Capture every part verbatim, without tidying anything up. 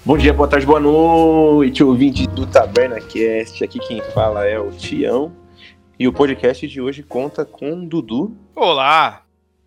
Bom dia, boa tarde, boa noite, ouvinte do TabernaCast. Aqui quem fala é o Tião. E o podcast de hoje conta com o Dudu. Olá!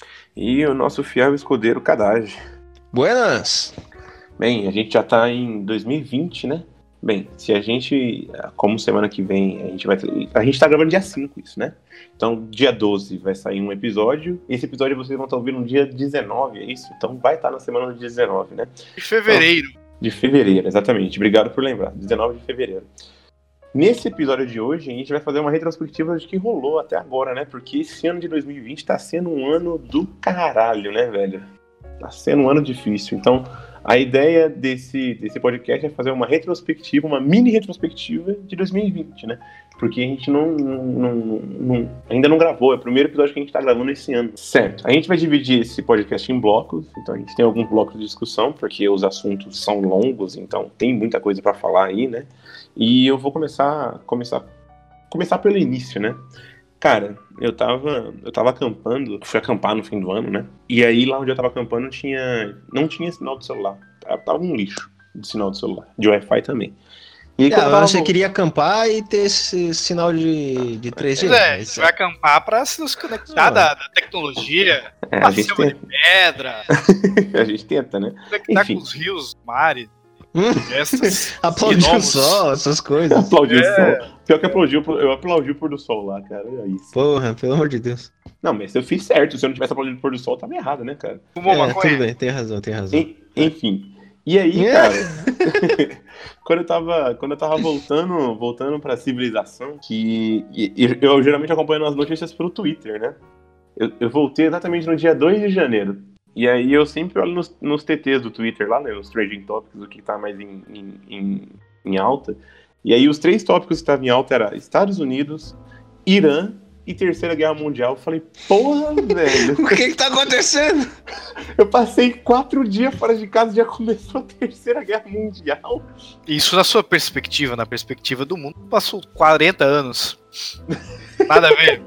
E o nosso fiel escudeiro Kadaj. Buenas! Bem, a gente já tá em dois mil e vinte, né? Bem, se a gente, como semana que vem, a gente vai... A gente tá gravando dia cinco isso, né? Então, dia doze vai sair um episódio. Esse episódio vocês vão estar ouvindo no dia dezenove, é isso? Então vai estar na semana do dia dezenove, né? De fevereiro. Então, de fevereiro, exatamente. Obrigado por lembrar. dezenove de fevereiro. Nesse episódio de hoje, a gente vai fazer uma retrospectiva de que rolou até agora, né? Porque esse ano de dois mil e vinte tá sendo um ano do caralho, né, velho? Tá sendo um ano difícil. Então, a ideia desse, desse podcast é fazer uma retrospectiva, uma mini retrospectiva de dois mil e vinte, né? Porque a gente não, não, não, não ainda não gravou, é o primeiro episódio que a gente tá gravando esse ano. Certo, a gente vai dividir esse podcast em blocos, então a gente tem alguns blocos de discussão, porque os assuntos são longos, então tem muita coisa pra falar aí, né? E eu vou começar, começar, começar pelo início, né? Cara, eu tava, eu tava acampando, fui acampar no fim do ano, né? E aí lá onde eu tava acampando tinha, não tinha sinal de celular, tava um lixo de sinal de celular, de Wi-Fi também. E aí, ah, tava... você queria acampar e ter esse sinal de, de três G. É, você vai acampar pra se nos conectar da, da tecnologia, é, a, a gente selva tenta. de pedra, a gente tenta, né? conectar Enfim. com os rios, mares. Hum, Essas aplaudir o gnomos. sol, essas coisas. Aplaudir É. o sol. Pior que aplaudiu, eu aplaudi o pôr do sol lá, cara. É isso. Porra, pelo amor de Deus. Não, mas eu fiz certo. Se eu não tivesse aplaudido o pôr do sol, tava errado, né, cara? Fumou É, maconha? tudo bem, tem razão, tem razão. En- enfim. E aí, É. cara, quando eu tava, quando eu tava voltando, voltando pra civilização, que e- e eu geralmente acompanho as notícias pelo Twitter, né? Eu, eu voltei exatamente no dia dois de janeiro. E aí eu sempre olho nos, nos T Ts do Twitter lá, né? Nos Trending Topics, o que tá mais em, em, em, em alta. E aí os três tópicos que estavam em alta eram Estados Unidos, Irã e Terceira Guerra Mundial. Eu falei, porra, velho. O que que tá acontecendo? Eu passei quatro dias fora de casa e já começou a Terceira Guerra Mundial. Isso na sua perspectiva, na perspectiva do mundo, passou quarenta anos. Nada a ver.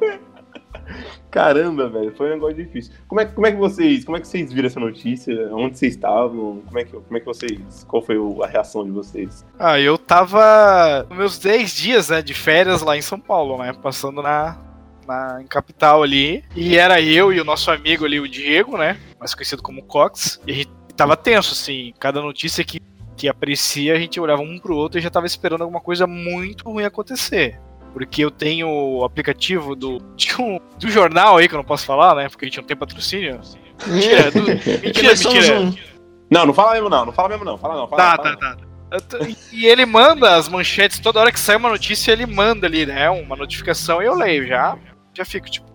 Caramba, velho, foi um negócio difícil. Como é, como é que vocês, como é que vocês viram essa notícia? Onde vocês estavam? Como é que, como é que vocês, qual foi o- a reação de vocês? Ah, eu tava nos meus dez dias, né, de férias lá em São Paulo, né, passando na, na em capital ali, e era eu e o nosso amigo ali, o Diego, né, mais conhecido como Cox, e a gente tava tenso, assim, cada notícia que, que aparecia, a gente olhava um pro outro e já tava esperando alguma coisa muito ruim acontecer. Porque eu tenho o aplicativo do, de um, do jornal aí, que eu não posso falar, né, porque a gente não tem patrocínio. Mentira, do, mentira, nós somos mentira. um. Não, não fala mesmo não, não fala mesmo não, fala não, fala Tá, não, fala tá, não. tá. Eu tô- E ele manda as manchetes, toda hora que sai uma notícia, ele manda ali, né? Uma notificação e eu leio já. Já fico tipo.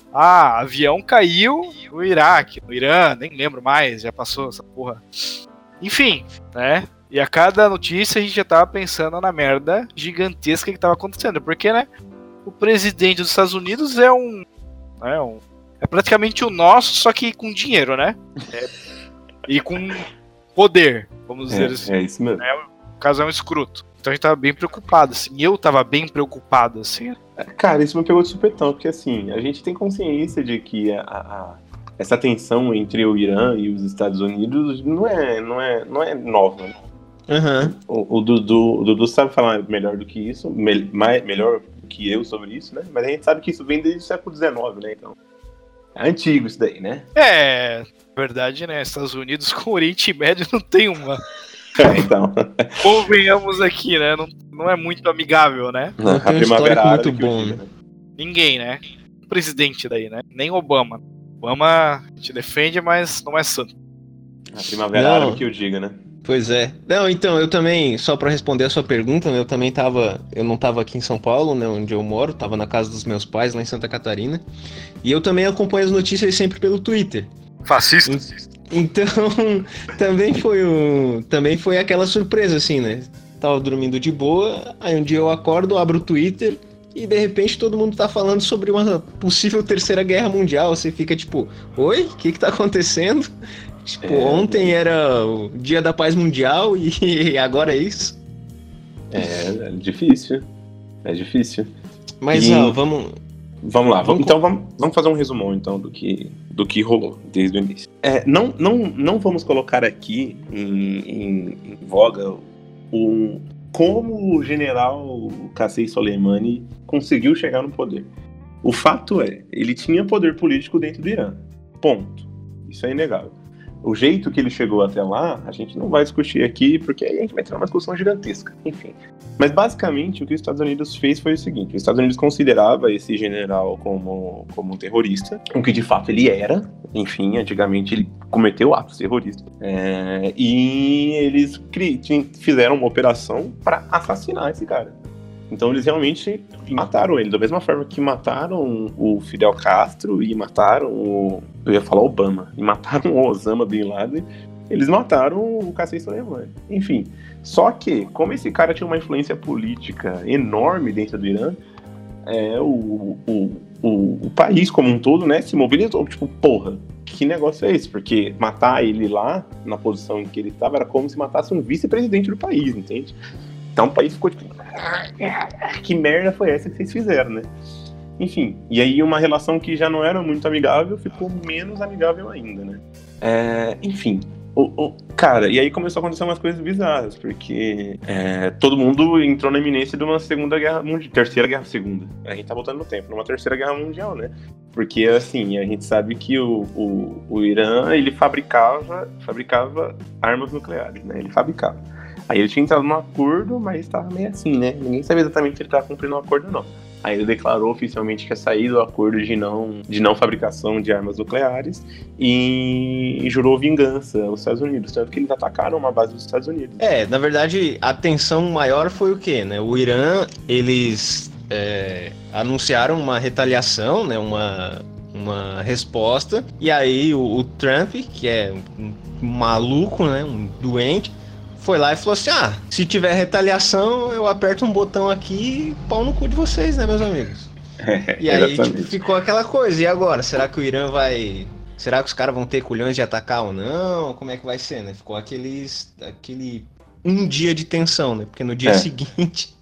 Ah, avião caiu no Iraque, no Irã, nem lembro mais, já passou essa porra. Enfim, né? E a cada notícia a gente já tava pensando na merda gigantesca que tava acontecendo. Porque, né? O presidente dos Estados Unidos é um. É, um, é praticamente o nosso, só que com dinheiro, né? É, e com poder, vamos dizer assim. É, é isso mesmo. O caso é um escroto. Então a gente tava bem preocupado, assim. Eu tava bem preocupado, assim. Cara, isso me pegou de supetão, porque assim, a gente tem consciência de que a, a- essa tensão entre o Irã e os Estados Unidos não é, não é, não é nova, né? Aham. O, o Dudu, o Dudu sabe falar melhor do que isso, me, mais, melhor do que eu sobre isso, né? Mas a gente sabe que isso vem desde o século dezenove, né? Então, é antigo isso daí, né? É, verdade, né? Estados Unidos com o Oriente Médio não tem uma. Então, Convenhamos aqui, né? Não, não é muito amigável, né? Não a tem um primavera histórico árabe muito que eu bom, diga, né? né? Ninguém, né? O presidente daí, né? Nem Obama. Obama te defende, mas não é santo. A primavera Não. árabe que eu diga, né? Pois é. Não, então, eu também, só pra responder a sua pergunta, né, eu também tava, eu não tava aqui em São Paulo, né, onde eu moro, tava na casa dos meus pais, lá em Santa Catarina, e eu também acompanho as notícias sempre pelo Twitter. Fascista. Então, também foi o, também foi aquela surpresa, assim, né, tava dormindo de boa, aí um dia eu acordo, abro o Twitter, e de repente todo mundo tá falando sobre uma possível terceira guerra mundial, você fica tipo, oi, o que que tá acontecendo? Tipo, É, ontem era o dia da paz mundial e agora é isso. É, é difícil. É difícil. Mas, E- ó, vamos... Vamos lá, vamos, então vamos, vamos fazer um resumão então do que, do que rolou desde o início. É, não, não, não vamos colocar aqui em, em, em voga o, como o general Qasem Soleimani conseguiu chegar no poder. O fato é, ele tinha poder político dentro do Irã. Ponto. Isso é inegável. O jeito que ele chegou até lá, a gente não vai discutir aqui, porque aí a gente vai ter uma discussão gigantesca. Enfim. Mas basicamente o que os Estados Unidos fez foi o seguinte: os Estados Unidos considerava esse general como, como um terrorista, o que de fato ele era. Enfim, antigamente ele cometeu atos terroristas. É, e eles cri- fizeram uma operação para assassinar esse cara. Então eles realmente mataram ele, da mesma forma que mataram o Fidel Castro e mataram o... eu ia falar Obama, e mataram o Osama Bin Laden, eles mataram o Qasem Soleimani. Enfim, só que, como esse cara tinha uma influência política enorme dentro do Irã, é, o, o, o, o país como um todo, né, se mobilizou. Tipo, porra, que negócio é esse? Porque matar ele lá, na posição em que ele estava, era como se matasse um vice-presidente do país, entende? Então o país ficou tipo, que merda foi essa que vocês fizeram, né? Enfim, e aí uma relação que já não era muito amigável ficou menos amigável ainda, né? É, enfim, o, o, cara, e aí começou a acontecer umas coisas bizarras, porque é, todo mundo entrou na iminência de uma segunda guerra mundial, terceira guerra, segunda. A gente tá voltando no tempo, numa terceira guerra mundial, né? Porque, assim, a gente sabe que o, o, o Irã, ele fabricava, fabricava armas nucleares, né? Ele fabricava. Aí ele tinha entrado num acordo, mas estava meio assim, né? Ninguém sabia exatamente se ele estava cumprindo o acordo ou não. Aí ele declarou oficialmente que ia sair do acordo de não, de não fabricação de armas nucleares e jurou vingança aos Estados Unidos, tanto que eles atacaram uma base dos Estados Unidos. É, na verdade, a tensão maior foi o quê, né? O Irã, eles é, anunciaram uma retaliação, né? Uma, uma resposta, e aí o, o Trump, que é um maluco, né? Um doente, foi lá e falou assim, ah, se tiver retaliação, eu aperto um botão aqui e pau no cu de vocês, né, meus amigos? É, e aí tipo, ficou aquela coisa, e agora? Será que o Irã vai... Será que os caras vão ter culhões de atacar ou não? Como é que vai ser, né? Ficou aqueles, aquele um dia de tensão, né? Porque no dia é. seguinte...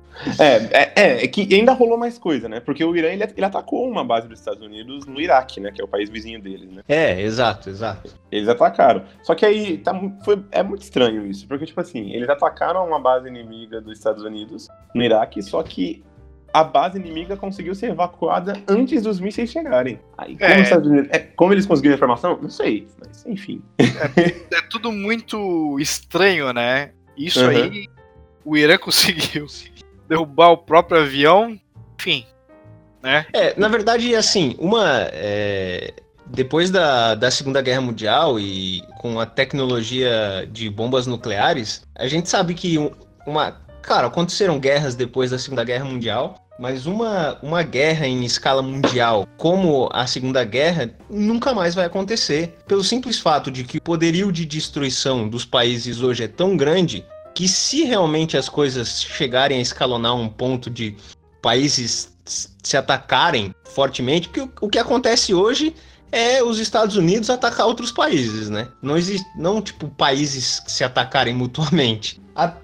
É, é, é, é que ainda rolou mais coisa, né? Porque o Irã, ele, ele atacou uma base dos Estados Unidos no Iraque, né? Que é o país vizinho deles, né? É, exato, exato. Eles atacaram. Só que aí tá, foi, é muito estranho isso, porque, tipo assim, eles atacaram uma base inimiga dos Estados Unidos no Iraque, só que a base inimiga conseguiu ser evacuada antes dos mísseis chegarem. Aí, como, é. os Estados Unidos, é, como eles conseguiram a informação? Não sei, mas enfim. É, é tudo muito estranho, né? Isso uhum. aí, o Irã conseguiu derrubar o próprio avião, enfim, né? É, na verdade, assim, uma... É, depois da, da Segunda Guerra Mundial e com a tecnologia de bombas nucleares, a gente sabe que uma... Claro, aconteceram guerras depois da Segunda Guerra Mundial, mas uma, uma guerra em escala mundial, como a Segunda Guerra, nunca mais vai acontecer. Pelo simples fato de que o poderio de destruição dos países hoje é tão grande que se realmente as coisas chegarem a escalonar um ponto de países se atacarem fortemente, porque o, o que acontece hoje é os Estados Unidos atacar outros países, né? Não existe, não, tipo, países se atacarem mutuamente.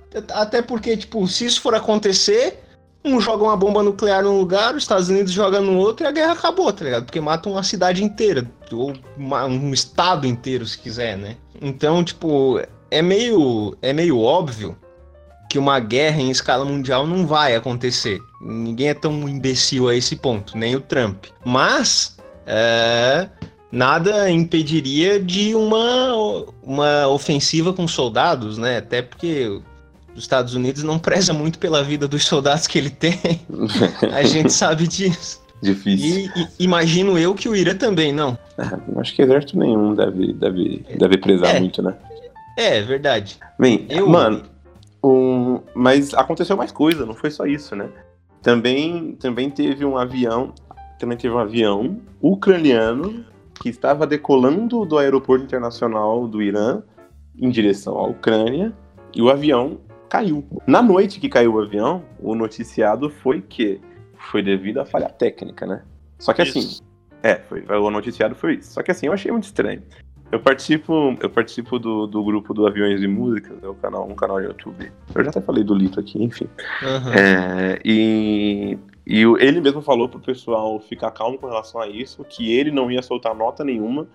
Até porque, tipo, se isso for acontecer, um joga uma bomba nuclear num lugar, os Estados Unidos joga no outro e a guerra acabou, tá ligado? Porque mata uma cidade inteira, ou uma, um estado inteiro, se quiser, né? Então, tipo... É meio, é meio óbvio que uma guerra em escala mundial não vai acontecer. Ninguém é tão imbecil a esse ponto, nem o Trump. Mas é, nada impediria de uma, uma ofensiva com soldados, né? Até porque os Estados Unidos não preza muito pela vida dos soldados que ele tem. A gente sabe disso. Difícil. E, e imagino eu que o Irã também, não? É, acho que exército nenhum deve, deve, deve prezar é. muito, né? É, verdade. Bem, eu... mano, um... mas aconteceu mais coisa, não foi só isso, né? Também, também teve um avião, também teve um avião ucraniano que estava decolando do aeroporto internacional do Irã em direção à Ucrânia e o avião caiu. Na noite que caiu o avião, o noticiado foi que foi devido à falha técnica, né? Só que isso. assim, é, foi, o noticiado foi isso. Só que assim, eu achei muito estranho. Eu participo, eu participo do, do grupo do Aviões e Músicas, é um canal, um canal no YouTube. Eu já até falei do Lito aqui, enfim. Uhum. É, e E o- ele mesmo falou pro pessoal ficar calmo com relação a isso, que ele não ia soltar nota nenhuma,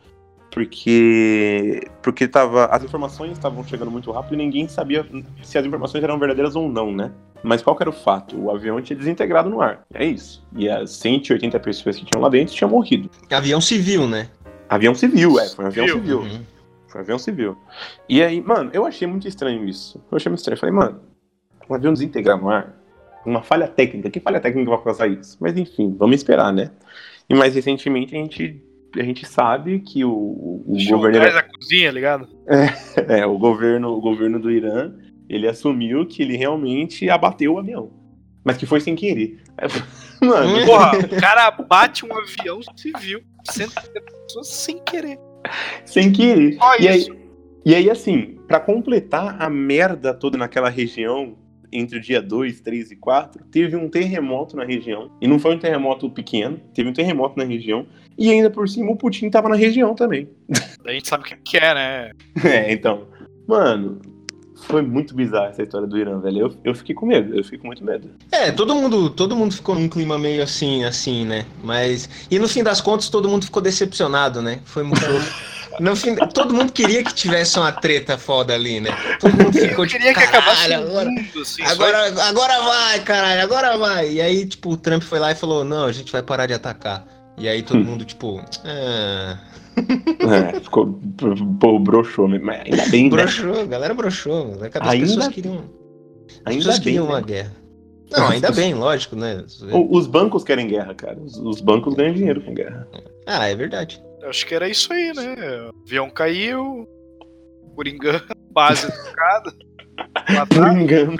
porque porque tava, as informações estavam chegando muito rápido e ninguém sabia se as informações eram verdadeiras ou não, né? Mas qual que era o fato? O avião tinha desintegrado no ar, é isso. E as cento e oitenta pessoas que tinham lá dentro tinham morrido. Avião civil, né? Avião civil, é, foi um avião Civil. civil. Uhum. Foi um avião civil. E aí, mano, eu achei muito estranho isso. Eu achei muito estranho. Eu falei, mano, um avião desintegrar no ar, uma falha técnica, que falha técnica vai causar isso? Mas enfim, vamos esperar, né? E mais recentemente a gente, a gente sabe que o, o governo... Gás da cozinha, ligado? É, o governo, o governo do Irã, ele assumiu que ele realmente abateu o avião. Mas que foi sem querer. Mano, Porra, o cara bate um avião civil, cento e cinquenta pessoas sem querer. sem querer. Só E aí, isso. e aí, assim, pra completar a merda toda naquela região, entre o dia dois, três e quatro, teve um terremoto na região. E não foi um terremoto pequeno, teve um terremoto na região. E ainda por cima o Putin tava na região também. A gente sabe o que que é, né? É, então, mano, foi muito bizarra essa história do Irã, velho. Eu, eu fiquei com medo, eu fiquei com muito medo. É, todo mundo, todo mundo ficou num clima meio assim, assim, né? Mas. E no fim das contas, todo mundo ficou decepcionado, né? Foi muito. No fim, todo mundo queria que tivesse uma treta foda ali, né? Todo mundo ficou Eu tipo, queria que acabasse "Caralho, o agora, mundo, assim. só agora, agora vai, caralho, agora vai." E aí, tipo, o Trump foi lá e falou, não, a gente vai parar de atacar. E aí todo mundo, tipo, ah... É, ficou. Pô, broxou, mas ainda bem, né? broxou, a galera broxou. Né? As Ainda- pessoas queriam. As Ainda pessoas bem, queriam né? uma guerra. Não, ainda bem, lógico, né? O- Os bancos querem guerra, cara. Os, os bancos ganham dinheiro com guerra. Ah, é verdade. Eu acho que era isso aí, né? O avião caiu, por engano, base atacada, Por mataram, engano.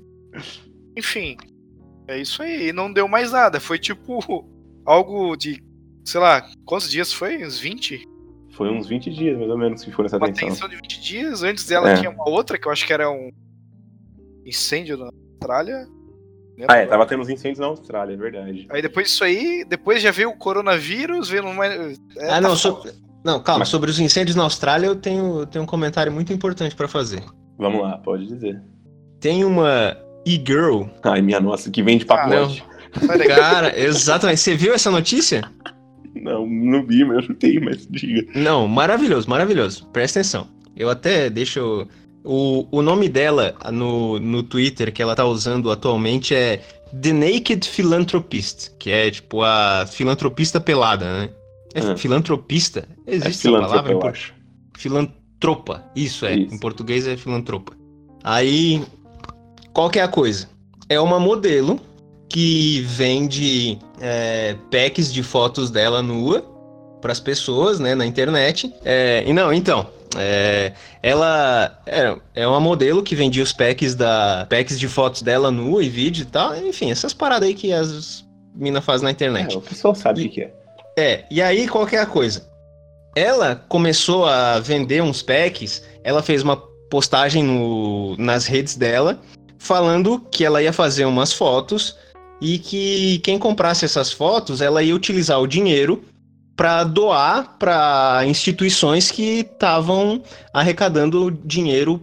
enfim. É isso aí. E não deu mais nada. Foi tipo algo de, sei lá, quantos dias foi? Uns vinte? Foi uns vinte dias, mais ou menos, que foram essa Uma tensão. tensão de vinte dias. Antes dela É. tinha uma outra que eu acho que era um incêndio na Austrália. Lembra? Ah, é, tava tendo uns incêndios na Austrália, é verdade. Aí depois disso aí, depois já veio o coronavírus, veio mais. É, ah, tá não, foda. so... não, calma, Mas- sobre os incêndios na Austrália eu tenho, eu tenho um comentário muito importante pra fazer. Vamos lá, pode dizer. Tem uma e-girl. Ai, minha nossa, que vende pacote. Sai daqui. Cara, exatamente. Você viu essa notícia? Não, não vi, mas eu chutei, mas diga. Não, maravilhoso, maravilhoso. Presta atenção. Eu até deixo. O, o nome dela no, no Twitter que ela tá usando atualmente é The Naked Philanthropist, que é tipo a filantropista pelada, né? É Ah. filantropista? É Existe essa filantropa, palavra? em eu por- acho. Filantropa, isso é. Isso. Em português é filantropa. Aí, qual que é a coisa? É uma modelo que vende é, packs de fotos dela nua para as pessoas, né, na internet. É, e não, então, é, ela é, é uma modelo que vendia os packs, da, packs de fotos dela nua e vídeo e tal. Enfim, essas paradas aí que as minas fazem na internet. É, o pessoal sabe o que é. É, e aí qual que é a coisa? Ela começou a vender uns packs, ela fez uma postagem no, nas redes dela, falando que ela ia fazer umas fotos e que quem comprasse essas fotos, ela ia utilizar o dinheiro para doar para instituições que estavam arrecadando dinheiro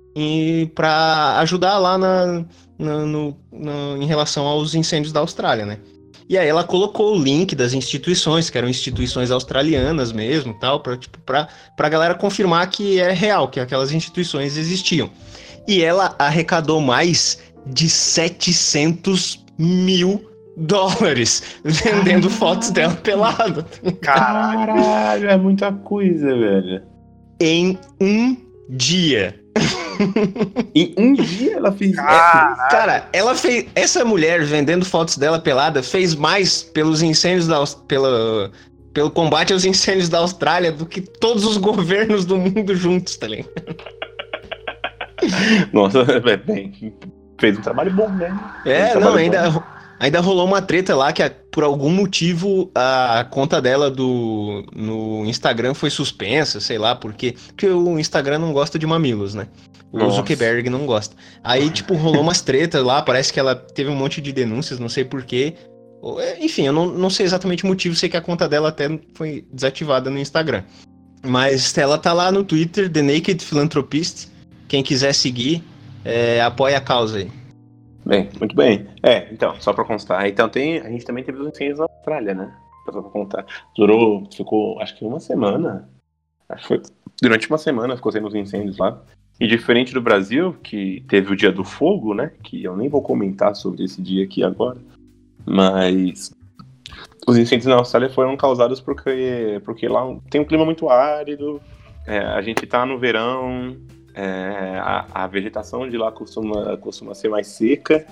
para ajudar lá na, na, no, no, em relação aos incêndios da Austrália, né? E aí ela colocou o link das instituições, que eram instituições australianas mesmo, tal, para tipo, pra, pra galera confirmar que é real, que aquelas instituições existiam. E ela arrecadou mais de setecentos mil dólares vendendo fotos dela pelada. Caralho. Caralho, é muita coisa, velho. Em um dia. Em um dia ela fez. Caralho. Cara, ela fez. Essa mulher vendendo fotos dela pelada fez mais pelos incêndios da Aus- pela, pelo combate aos incêndios da Austrália do que todos os governos do mundo juntos, tá ligado? Nossa, é, bem, fez um trabalho bom, né? Fez um É, trabalho não, bom. ainda, ainda rolou uma treta lá que a- por algum motivo a conta dela do, no Instagram foi suspensa, sei lá por quê. Porque o Instagram não gosta de mamilos, né? O Nossa. Zuckerberg não gosta. Aí, tipo, rolou umas tretas lá, parece que ela teve um monte de denúncias, não sei por quê. Ou, é, Enfim, eu não, não sei exatamente o motivo, sei que a conta dela até foi desativada no Instagram. Mas ela tá lá no Twitter, The Naked Philanthropist. Quem quiser seguir, é, apoia a causa aí. Bem, muito bem. É, então, só pra constar. Então tem. A gente também teve os incêndios na Austrália, né? Só pra contar. Durou, ficou, acho que uma semana. Acho que foi. Durante uma semana ficou tendo os incêndios lá. E diferente do Brasil, que teve o dia do fogo, né? Que eu nem vou comentar sobre esse dia aqui agora. Mas os incêndios na Austrália foram causados porque, porque lá tem um clima muito árido. É, a gente tá no verão. É, a, a vegetação de lá costuma, costuma ser mais seca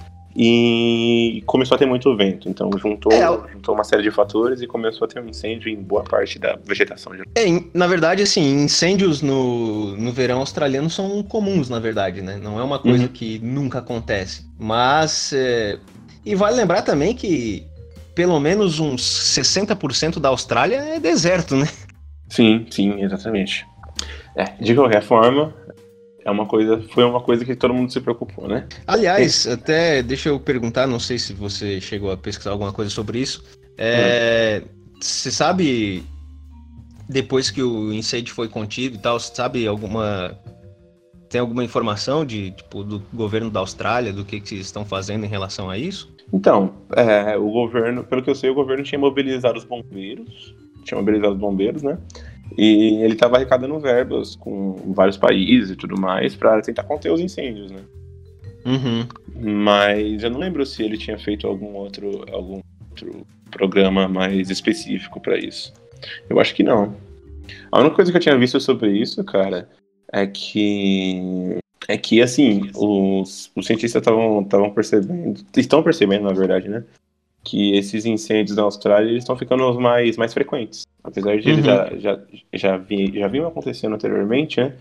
e começou a ter muito vento, então juntou, É, juntou uma série de fatores e começou a ter um incêndio em boa parte da vegetação de lá. É, na verdade, assim, incêndios no, no verão australiano são comuns, na verdade, né? Não é uma coisa uhum. que nunca acontece. Mas, é... e vale lembrar também que pelo menos uns sessenta por cento da Austrália é deserto, né? Sim, sim, exatamente. É, de qualquer forma... É uma coisa, foi uma coisa que todo mundo se preocupou, né? Aliás, é. até deixa eu perguntar, não sei se você chegou a pesquisar alguma coisa sobre isso. É, hum. Você sabe, depois que o incêndio foi contido e tal, você sabe alguma... Tem alguma informação de, tipo, do governo da Austrália, do que, que eles estão fazendo em relação a isso? Então, é, o governo, pelo que eu sei, o governo tinha mobilizado os bombeiros, tinha mobilizado os bombeiros, né? E ele estava arrecadando verbas com vários países e tudo mais para tentar conter os incêndios, né? Uhum. Mas eu não lembro se ele tinha feito algum outro, algum outro programa mais específico para isso. Eu acho que não. A única coisa que eu tinha visto sobre isso, cara, é que é que assim os, os cientistas estavam estavam percebendo, estão percebendo na verdade, né? Que esses incêndios na Austrália eles estão ficando os mais, mais frequentes. Apesar de uhum. eles já, já, já, vi, já vinham acontecendo anteriormente, né?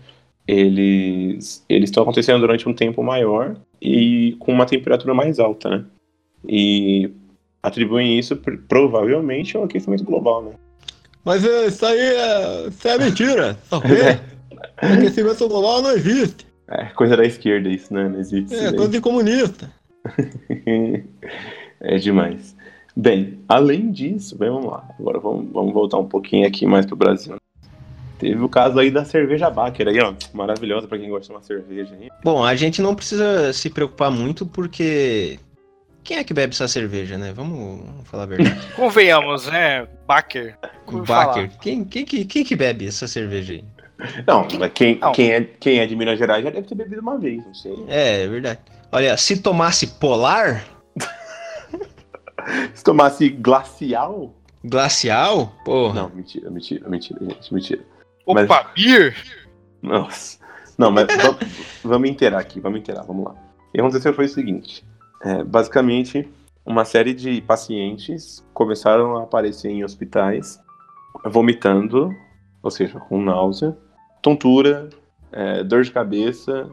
Eles eles estão acontecendo durante um tempo maior e com uma temperatura mais alta, né? E atribuem isso provavelmente ao aquecimento global, né? Mas isso aí é, isso é mentira, ok? Aquecimento global não existe. É coisa da esquerda isso, né? Não existe. É, coisa de comunista. É demais. Bem, além disso, vamos lá. Agora vamos, vamos voltar um pouquinho aqui mais pro Brasil. Teve o caso aí da cerveja Baker aí, ó. Maravilhosa pra quem gosta de uma cerveja aí. Bom, a gente não precisa se preocupar muito porque... Quem é que bebe essa cerveja, né? Vamos, vamos falar a verdade. Convenhamos, né? Baker. Baker. Quem, quem, quem, quem que bebe essa cerveja aí? Não, mas quem, não. Quem, é, quem é de Minas Gerais já deve ter bebido uma vez, não sei. É, é verdade. Olha, se tomasse Polar... Se tomasse glacial? Glacial? Porra. Não, mentira, mentira, mentira, gente, mentira. Opa, mas... beer? Nossa. Não, mas vamos, vamos inteirar aqui, vamos inteirar, vamos lá. O que aconteceu foi o seguinte. É, basicamente, uma série de pacientes começaram a aparecer em hospitais vomitando, ou seja, com náusea, tontura, é, dor de cabeça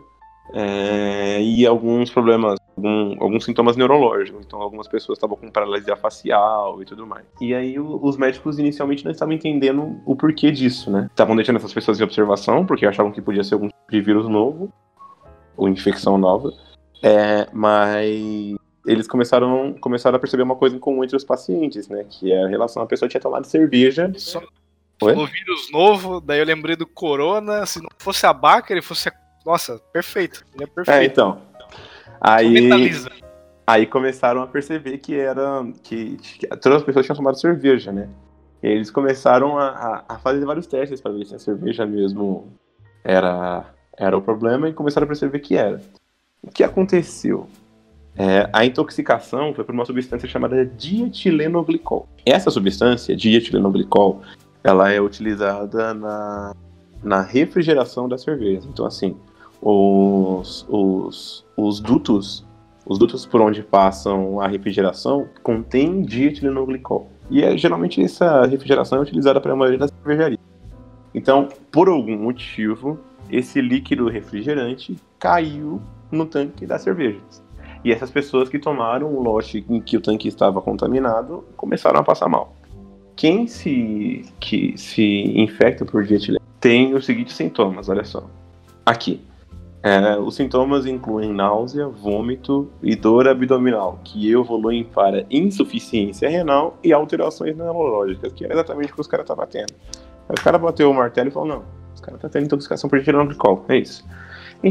é, e alguns problemas, algum, alguns sintomas neurológicos. Então, algumas pessoas estavam com paralisia facial e tudo mais. E aí, o, os médicos inicialmente não estavam entendendo o porquê disso, né? Estavam deixando essas pessoas em observação, porque achavam que podia ser algum tipo de vírus novo, ou infecção nova. É, mas eles começaram, começaram a perceber uma coisa em comum entre os pacientes, né? Que é a relação, a pessoa tinha tomado cerveja. Só o vírus novo, daí eu lembrei do Corona, se não fosse a Baker, ele fosse a... Nossa, perfeito, ele é perfeito. É, então. Aí, aí começaram a perceber que era que, que todas as pessoas tinham tomado cerveja, né? E eles começaram a, a fazer vários testes para ver se a cerveja mesmo era, era o problema e começaram a perceber que era. O que aconteceu? É, a intoxicação foi por uma substância chamada dietilenoglicol. Essa substância, dietilenoglicol, ela é utilizada na, na refrigeração da cerveja. Então, assim, os, os, os dutos, os dutos por onde passam a refrigeração contêm dietilenoglicol. E é, geralmente essa refrigeração é utilizada para a maioria das cervejarias. Então, por algum motivo, esse líquido refrigerante caiu no tanque das cervejas. E essas pessoas que tomaram o lote em que o tanque estava contaminado começaram a passar mal. Quem se, que se infecta por dietileno tem os seguintes sintomas, olha só. Aqui. É, os sintomas incluem náusea, vômito e dor abdominal, que evoluem para insuficiência renal e alterações neurológicas, que era exatamente o que os caras estavam tendo. Aí o cara bateu o martelo e falou, não, os caras estão tendo intoxicação por dietilenglicol, é isso. Enfim,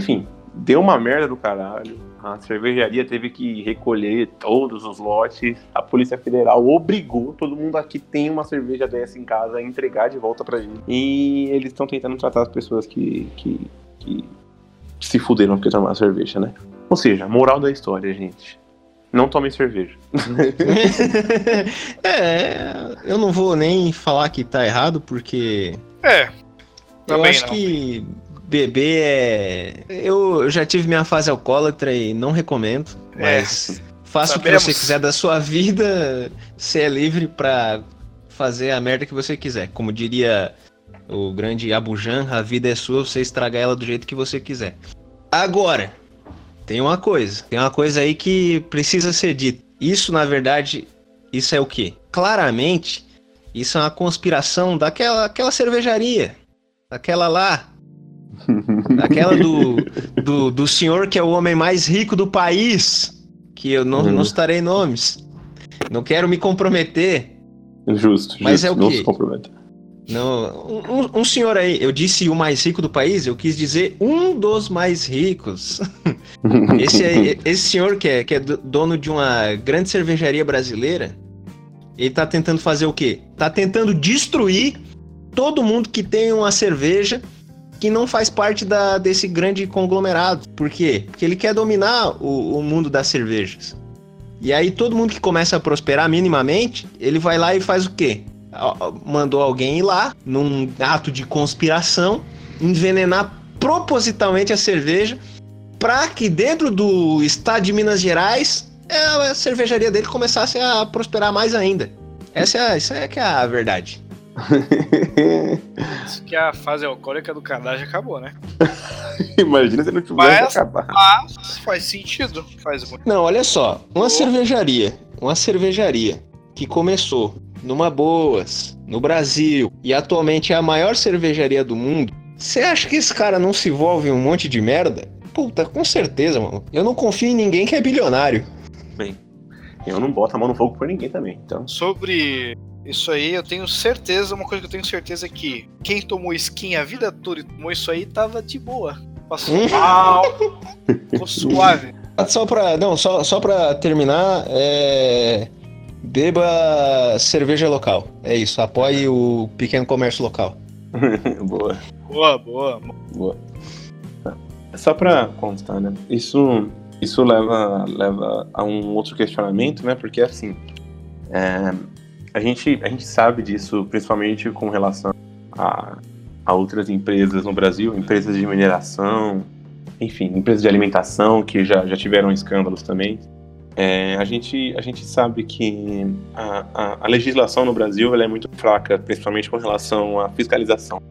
deu uma merda do caralho. A cervejaria teve que recolher todos os lotes. A Polícia Federal obrigou todo mundo a que tem uma cerveja dessa em casa a entregar de volta pra gente. E eles estão tentando tratar as pessoas que, que, que se fuderam porque tomaram cerveja, né? Ou seja, moral da história, gente. Não tomem cerveja. É, eu não vou nem falar que tá errado, porque... É, eu também acho não. que beber é... Eu já tive minha fase alcoólatra e não recomendo, É, mas faça o que sabemos. você quiser da sua vida, você é livre pra fazer a merda que você quiser. Como diria o grande Abu Janra, a vida é sua, você estraga ela do jeito que você quiser. Agora, tem uma coisa, tem uma coisa aí que precisa ser dita. Isso, na verdade, isso é o quê? Claramente, isso é uma conspiração daquela aquela cervejaria, daquela lá, daquela do, do, do senhor que é o homem mais rico do país, que eu não, Uhum. não citarei nomes, não quero me comprometer, Justo, Mas justo. é o Não quê? se comprometa. não, um, um senhor aí, eu disse o mais rico do país, eu quis dizer um dos mais ricos. Esse, aí- esse senhor que é, que é do- dono de uma grande cervejaria brasileira, ele tá tentando fazer o quê? Tá tentando destruir todo mundo que tem uma cerveja que não faz parte da, desse grande conglomerado. Por quê? Porque ele quer dominar o, o mundo das cervejas. E aí todo mundo que começa a prosperar minimamente, ele vai lá e faz o quê? A- Mandou alguém ir lá, num ato de conspiração, envenenar propositalmente a cerveja, para que dentro do estado de Minas Gerais a cervejaria dele começasse a prosperar mais ainda. Essa é, a- essa é que é a verdade. Isso que a fase alcoólica do Canadá já acabou, né? Imagina se não tivesse Mas- acabar. Mas faz sentido. Faz muito. Não, olha só, uma cervejaria, uma cervejaria que começou numa boas, no Brasil, e atualmente é a maior cervejaria do mundo, você acha que esse cara não se envolve em um monte de merda? Puta, com certeza, mano. Eu não confio em ninguém que é bilionário. Bem, eu não boto a mão no fogo por ninguém também, então. Sobre isso aí, eu tenho certeza, uma coisa que eu tenho certeza é que quem tomou skin a vida toda e tomou isso aí tava de boa. Passou Hum? mal, ficou suave. Só pra, não, só, só pra terminar, é... beba cerveja local. É isso, apoie o pequeno comércio local. Boa, Boa, boa. boa. Tá. Só pra constar, né? Isso, isso leva, leva a um outro questionamento, né? Porque assim, é, a, gente, a gente sabe disso, principalmente com relação a, a outras empresas no Brasil, empresas de mineração, enfim, empresas de alimentação que já, já tiveram escândalos também. É, a, gente, a gente sabe que a, a, a legislação no Brasil ela é muito fraca, principalmente com relação à fiscalização.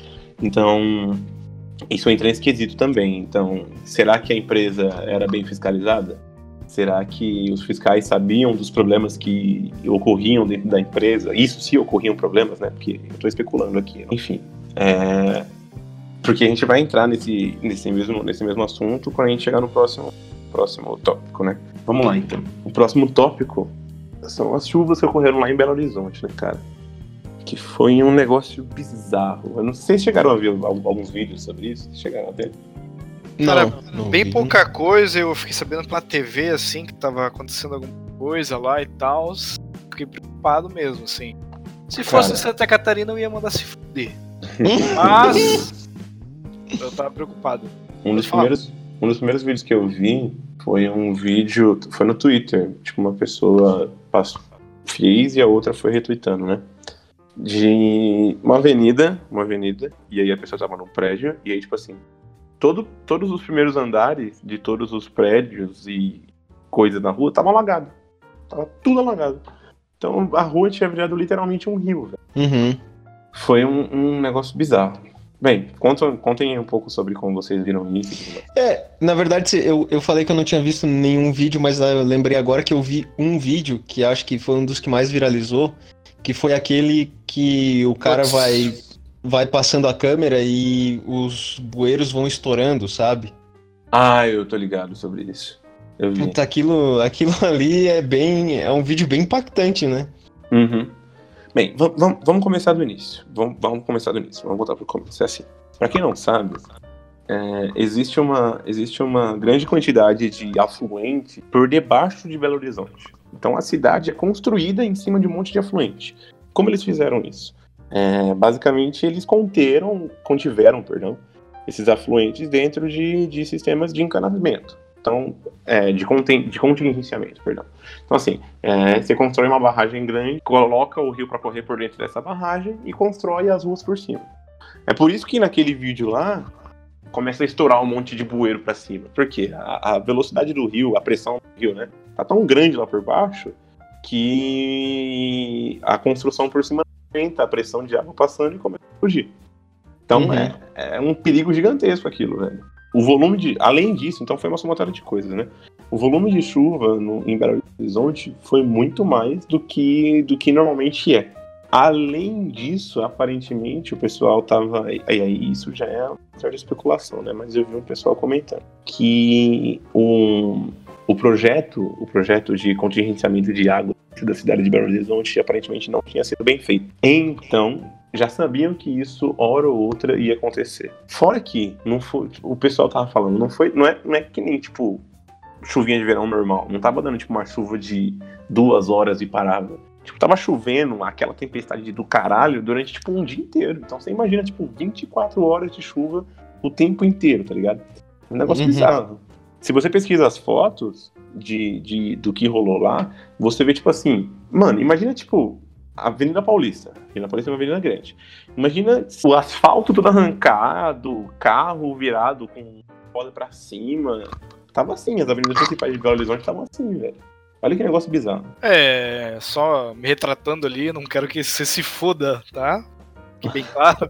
Então, isso entra nesse quesito também. Então, será que a empresa era bem fiscalizada? Será que os fiscais sabiam dos problemas que ocorriam dentro da empresa? Isso se ocorriam problemas, né? Porque eu estou especulando aqui. Enfim, é... porque a gente vai entrar nesse, nesse, mesmo, nesse mesmo assunto quando a gente chegar no próximo, próximo tópico, né? Vamos lá, então. O próximo tópico são as chuvas que ocorreram lá em Belo Horizonte, né, cara? Que foi um negócio bizarro. Eu não sei se chegaram a ver alguns vídeos sobre isso. Chegaram a ver? Cara, Não, não Bem vi. pouca coisa, eu fiquei sabendo pela T V, assim, que tava acontecendo alguma coisa lá e tal. Fiquei preocupado mesmo, assim. Se fosse Cara. em Santa Catarina, eu ia mandar se fuder. Mas eu tava preocupado. Um dos, Fala. primeiros, um dos primeiros vídeos que eu vi foi um vídeo, foi no Twitter, tipo, uma pessoa passou, fez e a outra foi retweetando, né? De uma avenida, uma avenida, e aí a pessoa tava num prédio, e aí, tipo assim, todo, todos os primeiros andares de todos os prédios e coisas na rua estavam alagados. Tava tudo alagado. Então a rua tinha virado literalmente um rio, velho. Uhum. Foi um, um negócio bizarro. Bem, contem, contem um pouco sobre como vocês viram isso e tudo mais. É, na verdade, eu, eu falei que eu não tinha visto nenhum vídeo, mas eu lembrei agora que eu vi um vídeo que acho que foi um dos que mais viralizou, que foi aquele que o cara Putz. vai, vai passando a câmera e os bueiros vão estourando, sabe? Ah, eu tô ligado sobre isso. Eu vi. Puta, aquilo, aquilo ali é bem. É um vídeo bem impactante, né? Uhum. Bem, vam- vam- vamos começar do início. Vamos, vamos começar do início. Vamos voltar pro começo. É assim. Pra quem não sabe, é, existe, uma, existe uma grande quantidade de afluente por debaixo de Belo Horizonte. Então a cidade é construída em cima de um monte de afluente. Como eles fizeram isso? É, basicamente eles conteram, contiveram, perdão, esses afluentes dentro de, de sistemas de encanamento. Então, é, de, conten- de contingenciamento, perdão. Então, assim, é, você constrói uma barragem grande, coloca o rio para correr por dentro dessa barragem e constrói as ruas por cima. É por isso que naquele vídeo lá, começa a estourar um monte de bueiro para cima. Por quê? A, a velocidade do rio, a pressão do rio, né, tá tão grande lá por baixo que a construção por cima aumenta a pressão de água passando e começa a fugir. Então, uhum. é, é um perigo gigantesco aquilo, velho. O volume de... Além disso, então foi uma somatória de coisas, né? O volume de chuva no, em Belo Horizonte foi muito mais do que, do que normalmente é. Além disso, aparentemente, o pessoal tava... E aí, isso já é uma certa especulação, né? Mas eu vi um pessoal comentando que o, o projeto, o projeto de contingenciamento de água da cidade de Belo Horizonte aparentemente não tinha sido bem feito. Então... já sabiam que isso, hora ou outra, ia acontecer. Fora que, não foi, tipo, o pessoal tava falando, não, foi, não, é, não é que nem, tipo, chuvinha de verão normal. Não tava dando, tipo, uma chuva de duas horas e parava. Tipo, tava chovendo aquela tempestade do caralho durante, tipo, um dia inteiro. Então você imagina, tipo, vinte e quatro horas de chuva o tempo inteiro, tá ligado? Um negócio uhum. bizarro. Se você pesquisa as fotos de, de, do que rolou lá, você vê, tipo assim, mano, imagina, tipo... Avenida Paulista. A Avenida Paulista é uma avenida grande. Imagina o asfalto todo arrancado, carro virado com roda pra cima. Tava assim, as avenidas principais de Belo Horizonte estavam assim, velho. Olha que negócio bizarro. É, só me retratando ali, não quero que você se foda, tá? Que bem claro.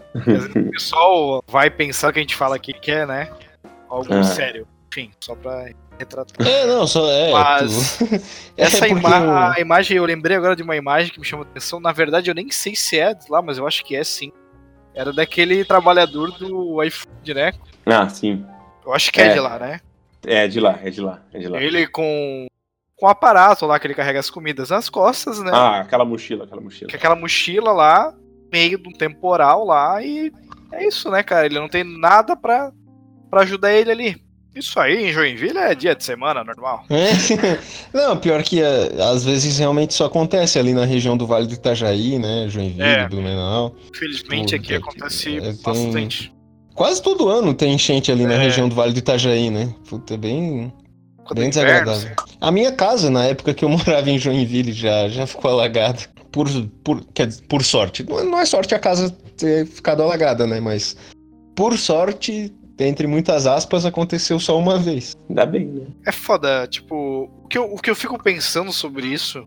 O pessoal vai pensar que a gente fala aqui que é, né? Algo é. sério. Enfim, só pra... retratar. É, não, só é. Mas tu... essa é porque ima- eu... a imagem, eu lembrei agora de uma imagem que me chamou a atenção. Na verdade, eu nem sei se é de lá, mas eu acho que é sim. Era daquele trabalhador do iFood, né? Ah, sim. Eu acho que é, é de lá, né? É de lá, é de lá, é de lá. Ele com com o aparato lá que ele carrega as comidas nas costas, né? Ah, aquela mochila, aquela mochila. Que aquela mochila lá, meio de um temporal lá, e é isso, né, cara? Ele não tem nada pra, pra ajudar ele ali. Isso aí em Joinville é dia de semana, normal. É. Não, pior que às vezes realmente isso acontece ali na região do Vale do Itajaí, né? Joinville, é. Blumenau. Infelizmente aqui acontece é, tem... bastante. Quase todo ano tem enchente ali é. na região do Vale do Itajaí, né? Puta, é bem, bem desagradável. Inverno, a minha casa, na época que eu morava em Joinville, já, já ficou alagada. Por, por, quer dizer, por sorte. Não é sorte a casa ter ficado alagada, né? Mas por sorte... entre muitas aspas, aconteceu só uma vez. Ainda bem, né? É foda, tipo, o que, eu, o que eu fico pensando sobre isso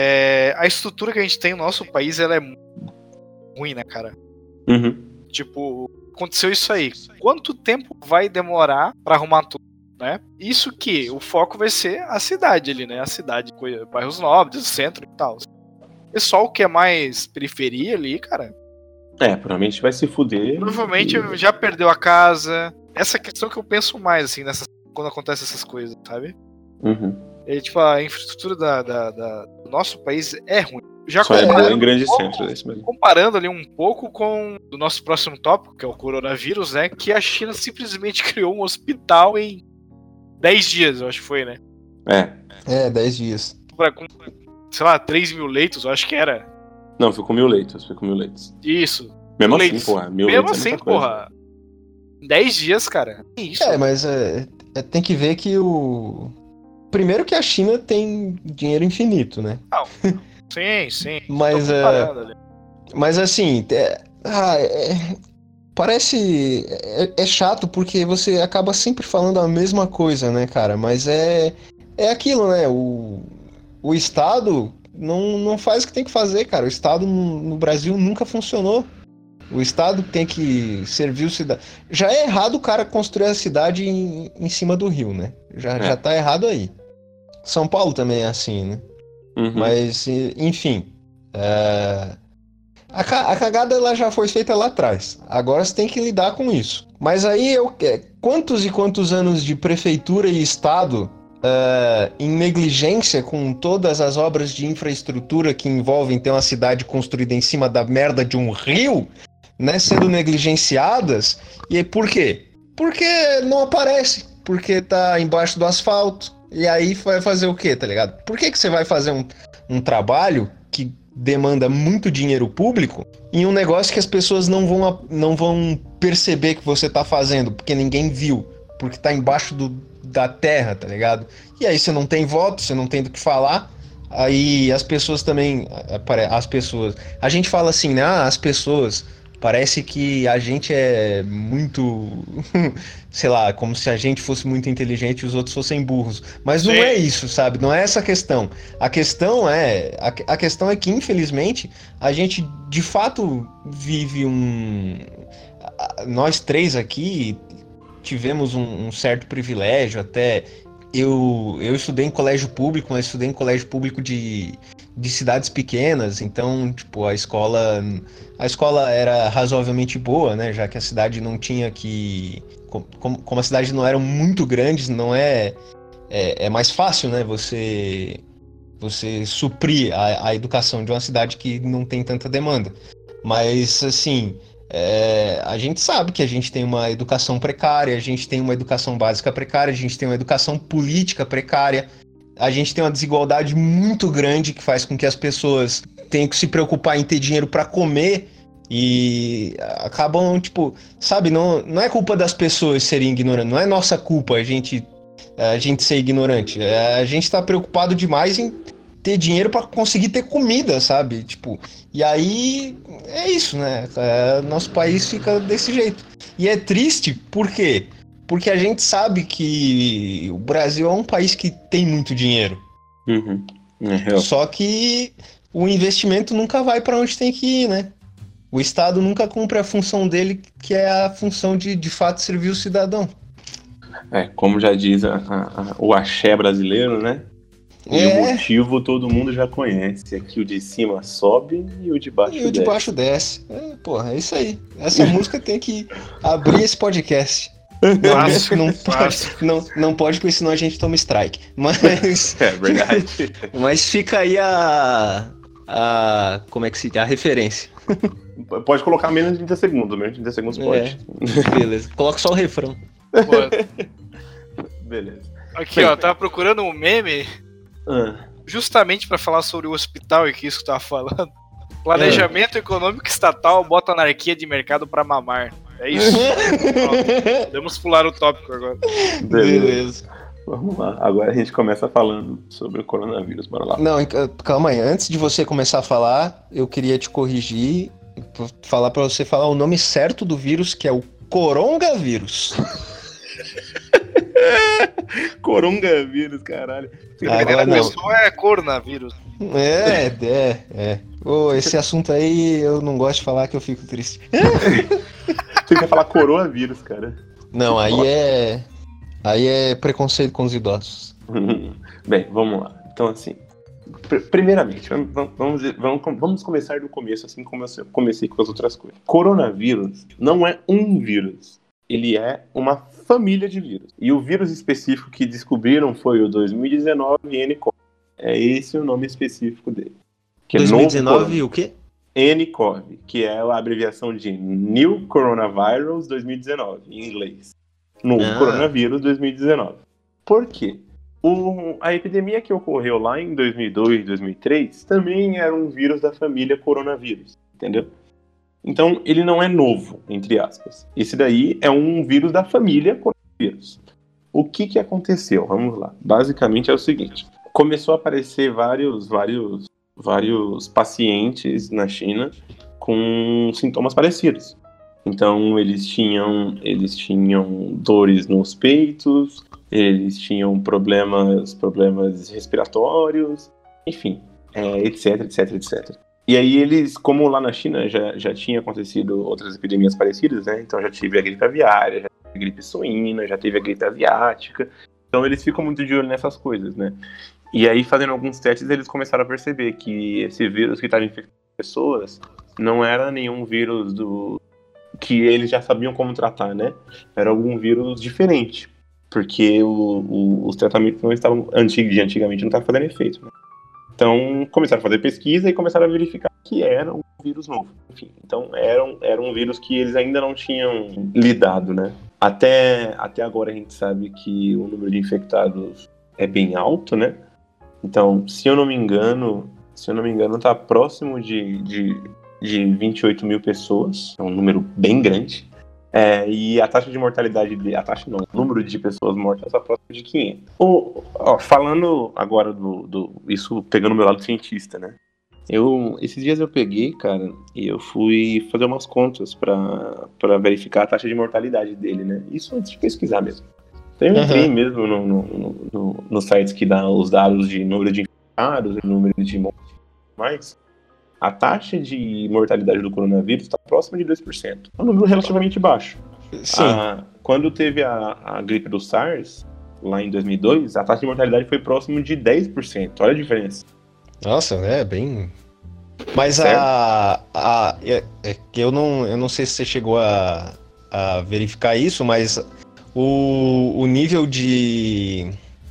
é a estrutura que a gente tem no nosso país, ela é muito ruim, né, cara? Uhum. Tipo, aconteceu isso aí. Quanto tempo vai demorar pra arrumar tudo, né? Isso que o foco vai ser a cidade ali, né? A cidade, bairros nobres, o centro e tal. O pessoal que é mais periferia ali, cara... É, provavelmente vai se fuder. Provavelmente e... já perdeu a casa. Essa questão que eu penso mais, assim, nessa, quando acontece essas coisas, sabe? Uhum. É, tipo, a infraestrutura da, da, da, do nosso país é ruim. Já Só é boa em grandes um centros, é isso mesmo. Comparando ali um pouco com o nosso próximo tópico, que é o coronavírus, né? Que a China simplesmente criou um hospital em dez dias, eu acho que foi, né? É. É, dez dias. Pra, com, sei lá, três mil leitos, eu acho que era. Não, foi com mil leitos, foi com mil leitos. Isso. Mesmo leitos. assim, porra, mil Mesmo leitos assim, é porra. dez dias, cara. Que isso? É, mas é, é, tem que ver que o... Primeiro que a China tem dinheiro infinito, né? Não. Sim, sim. Mas, é... mas assim, é... Ah, é... parece... É, é chato porque você acaba sempre falando a mesma coisa, né, cara? Mas é... É aquilo, né? O, o Estado... Não, não faz o que tem que fazer, cara. O Estado no, no Brasil nunca funcionou. O Estado tem que servir o cidadão. Já é errado o cara construir a cidade em, em cima do rio, né? Já, é. já tá errado aí. São Paulo também é assim, né? Uhum. Mas, enfim. É... A, a cagada ela já foi feita lá atrás. Agora você tem que lidar com isso. Mas aí, eu, quantos e quantos anos de prefeitura e Estado... Uh, em negligência com todas as obras de infraestrutura que envolvem ter uma cidade construída em cima da merda de um rio, né, sendo negligenciadas. E por quê? Porque não aparece, porque tá embaixo do asfalto. E aí vai fazer o quê, tá ligado? Por que que você vai fazer um, um trabalho que demanda muito dinheiro público em um negócio que as pessoas não vão, não vão perceber que você tá fazendo, porque ninguém viu, porque tá embaixo do, da terra, tá ligado? E aí você não tem voto, você não tem do que falar, aí as pessoas também, as pessoas, a gente fala assim, né, ah, as pessoas, parece que a gente é muito, sei lá, como se a gente fosse muito inteligente e os outros fossem burros. Mas não Sim. é isso, sabe? Não é essa a questão. A questão é, a, a questão é que, infelizmente, a gente de fato vive um... Nós três aqui tivemos um, um certo privilégio até... Eu, eu estudei em colégio público, mas estudei em colégio público de, de cidades pequenas, então, tipo, a escola, a escola era razoavelmente boa, né, já que a cidade não tinha que... Como, como a cidade não era muito grande, não é, é... É mais fácil, né, você, você suprir a, a educação de uma cidade que não tem tanta demanda. Mas, assim... É, a gente sabe que a gente tem uma educação precária, a gente tem uma educação básica precária, a gente tem uma educação política precária, a gente tem uma desigualdade muito grande que faz com que as pessoas tenham que se preocupar em ter dinheiro para comer e acabam, tipo, sabe, não, não é culpa das pessoas serem ignorantes, não é nossa culpa a gente, a gente ser ignorante, a gente tá preocupado demais em ter dinheiro para conseguir ter comida, sabe? Tipo, e aí é isso, né? É, nosso país fica desse jeito. E é triste, por quê? Porque a gente sabe que o Brasil é um país que tem muito dinheiro. Uhum. É, Só que o investimento nunca vai para onde tem que ir, né? O Estado nunca cumpre a função dele, que é a função de, de fato, servir o cidadão. é, como já diz a, a, a, o axé brasileiro, né? E É. o motivo todo mundo já conhece. Aqui o de cima sobe e o de baixo E o de desce. baixo desce. É, porra, é isso aí. Essa música tem que abrir esse podcast. Não, Fácil, não, pode, fácil. não, não pode, porque senão a gente toma strike. Mas, É verdade. mas fica aí a, a. Como é que se diz? A referência. Pode colocar menos de trinta segundos, menos de trinta segundos pode. É, beleza. Coloca só o refrão. Pô, Beleza. aqui, ó, tava procurando um meme Ah, justamente pra falar sobre o hospital e que isso que eu tava falando. Planejamento econômico estatal bota anarquia de mercado pra mamar. É isso. Pronto. Podemos pular o tópico agora. beleza. Beleza. Vamos lá. Agora a gente começa falando sobre o coronavírus. Bora lá. Não, calma aí. Antes de você começar a falar, eu queria te corrigir, falar pra você falar o nome certo do vírus, que é o coronavírus. Coronavírus, caralho. Agora Primeira não. pessoa é coronavírus. É, é, é. Ô, esse assunto aí eu não gosto de falar que eu fico triste. Você quer falar coronavírus, cara. Não, aí é. Aí é preconceito com os idosos. Bem, vamos lá. Então, assim, pr- primeiramente, vamos, vamos, vamos, vamos começar do começo, assim como eu comecei com as outras coisas. Coronavírus não é um vírus. Ele é uma família de vírus. E o vírus específico que descobriram foi o dois mil e dezenove N C O V. É esse o nome específico dele. Que é dois mil e dezenove, novo o quê? N C O V, que é a abreviação de New Coronavirus dois mil e dezenove, em inglês. Novo Ah. Coronavírus dois mil e dezenove. Por quê? O, a epidemia que ocorreu lá em dois mil e dois, dois mil e três, também era um vírus da família coronavírus, entendeu? Então, ele não é novo, entre aspas. Esse daí é um vírus da família coronavírus. O que que aconteceu? Vamos lá. Basicamente é o seguinte. Começou a aparecer vários, vários, vários pacientes na China com sintomas parecidos. Então, eles tinham, eles tinham dores nos peitos, eles tinham problemas, problemas respiratórios, enfim, é, etc, etc, etcétera. E aí eles, como lá na China já, já tinha acontecido outras epidemias parecidas, né? Então já tive a gripe aviária, já teve a gripe suína, já teve a gripe asiática. Então eles ficam muito de olho nessas coisas, né? E aí, fazendo alguns testes, eles começaram a perceber que esse vírus que estava infectando pessoas não era nenhum vírus do que eles já sabiam como tratar, né? Era algum vírus diferente, porque o, o, os tratamentos não estavam antigos, de antigamente não estavam fazendo efeito, né? Então, começaram a fazer pesquisa e começaram a verificar que era um vírus novo. Enfim, então era um, era um vírus que eles ainda não tinham lidado, né? até, até agora a gente sabe que o número de infectados é bem alto, né? Então, se eu não me engano, se eu não me engano, tá próximo de, de, de vinte e oito mil pessoas, é um número bem grande. É, e a taxa de mortalidade, de, a taxa não, o número de pessoas mortas está próximo de quinhentos. O, ó, falando agora do, do, isso pegando o meu lado cientista, né? Eu, esses dias eu peguei, cara, e eu fui fazer umas contas pra, pra verificar a taxa de mortalidade dele, né? Isso antes de pesquisar mesmo. Então eu entrei uhum. mesmo no, no, no, no, no sites que dá os dados de número de infectados, número de mortes e mais. A taxa de mortalidade do coronavírus está próxima de dois por cento. É um número relativamente baixo. Sim. Ah, quando teve a, a gripe do SARS, lá em dois mil e dois, a taxa de mortalidade foi próximo de dez por cento. Olha a diferença. Nossa, é bem... Mas a, a, é, é que eu não, eu não sei se você chegou a, a verificar isso, mas o, o nível de...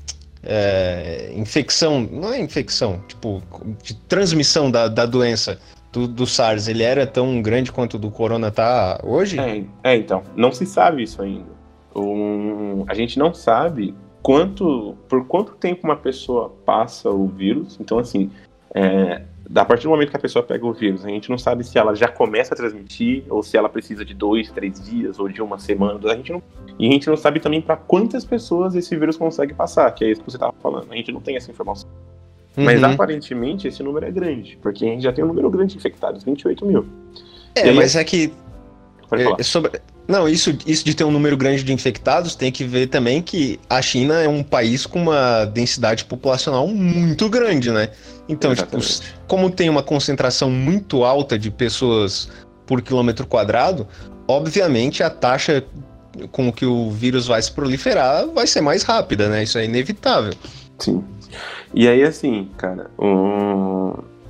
É, infecção, não é infecção, tipo, de transmissão da, da doença do, do SARS, ele era tão grande quanto o do Corona tá hoje? É, é então, não se sabe isso ainda. Um, a gente não sabe quanto, por quanto tempo uma pessoa passa o vírus. Então, assim, é, a partir do momento que a pessoa pega o vírus, a gente não sabe se ela já começa a transmitir, ou se ela precisa de dois, três dias, ou de uma semana. A gente não, e a gente não sabe também para quantas pessoas esse vírus consegue passar, que é isso que você estava falando. A gente não tem essa informação. Uhum. Mas aparentemente esse número é grande, porque a gente já tem um número grande de infectados, vinte e oito mil. É, aí, mas é que... É, sobre... Não, isso, isso de ter um número grande de infectados tem que ver também que a China é um país com uma densidade populacional muito grande, né? Então, tipo, como tem uma concentração muito alta de pessoas por quilômetro quadrado, obviamente a taxa com que o vírus vai se proliferar vai ser mais rápida, né? Isso é inevitável. Sim. E aí, assim, cara, um...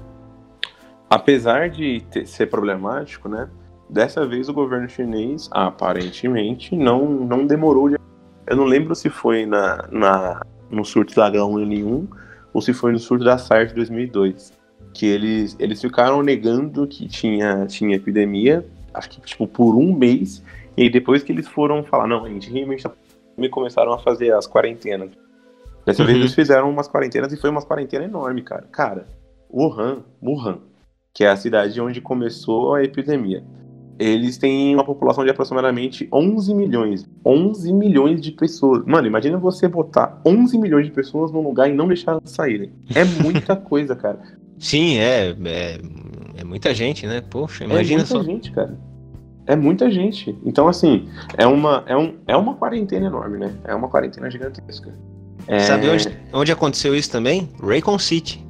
apesar de ter, ser problemático, né? Dessa vez o governo chinês, aparentemente, não, não demorou de... Eu não lembro se foi na, na, no surto da agá um ene um ou se foi no surto da SARS de dois mil e dois. Que eles, eles ficaram negando que tinha, tinha epidemia, acho que tipo por um mês, e aí depois que eles foram falar, não, a gente realmente tá... e começaram a fazer as quarentenas. Dessa uhum. vez eles fizeram umas quarentenas e foi uma quarentena enorme, cara. Cara, Wuhan, Wuhan, que é a cidade onde começou a epidemia, eles têm uma população de aproximadamente onze milhões. onze milhões de pessoas. Mano, imagina você botar onze milhões de pessoas num lugar e não deixar elas saírem. É muita coisa, cara. Sim, é, é, é muita gente, né? Poxa, imagina só. É muita só. gente, cara. É muita gente. Então, assim, é uma, é, um, é uma quarentena enorme, né? É uma quarentena gigantesca. É... Sabe onde, onde aconteceu isso também? Raycon City.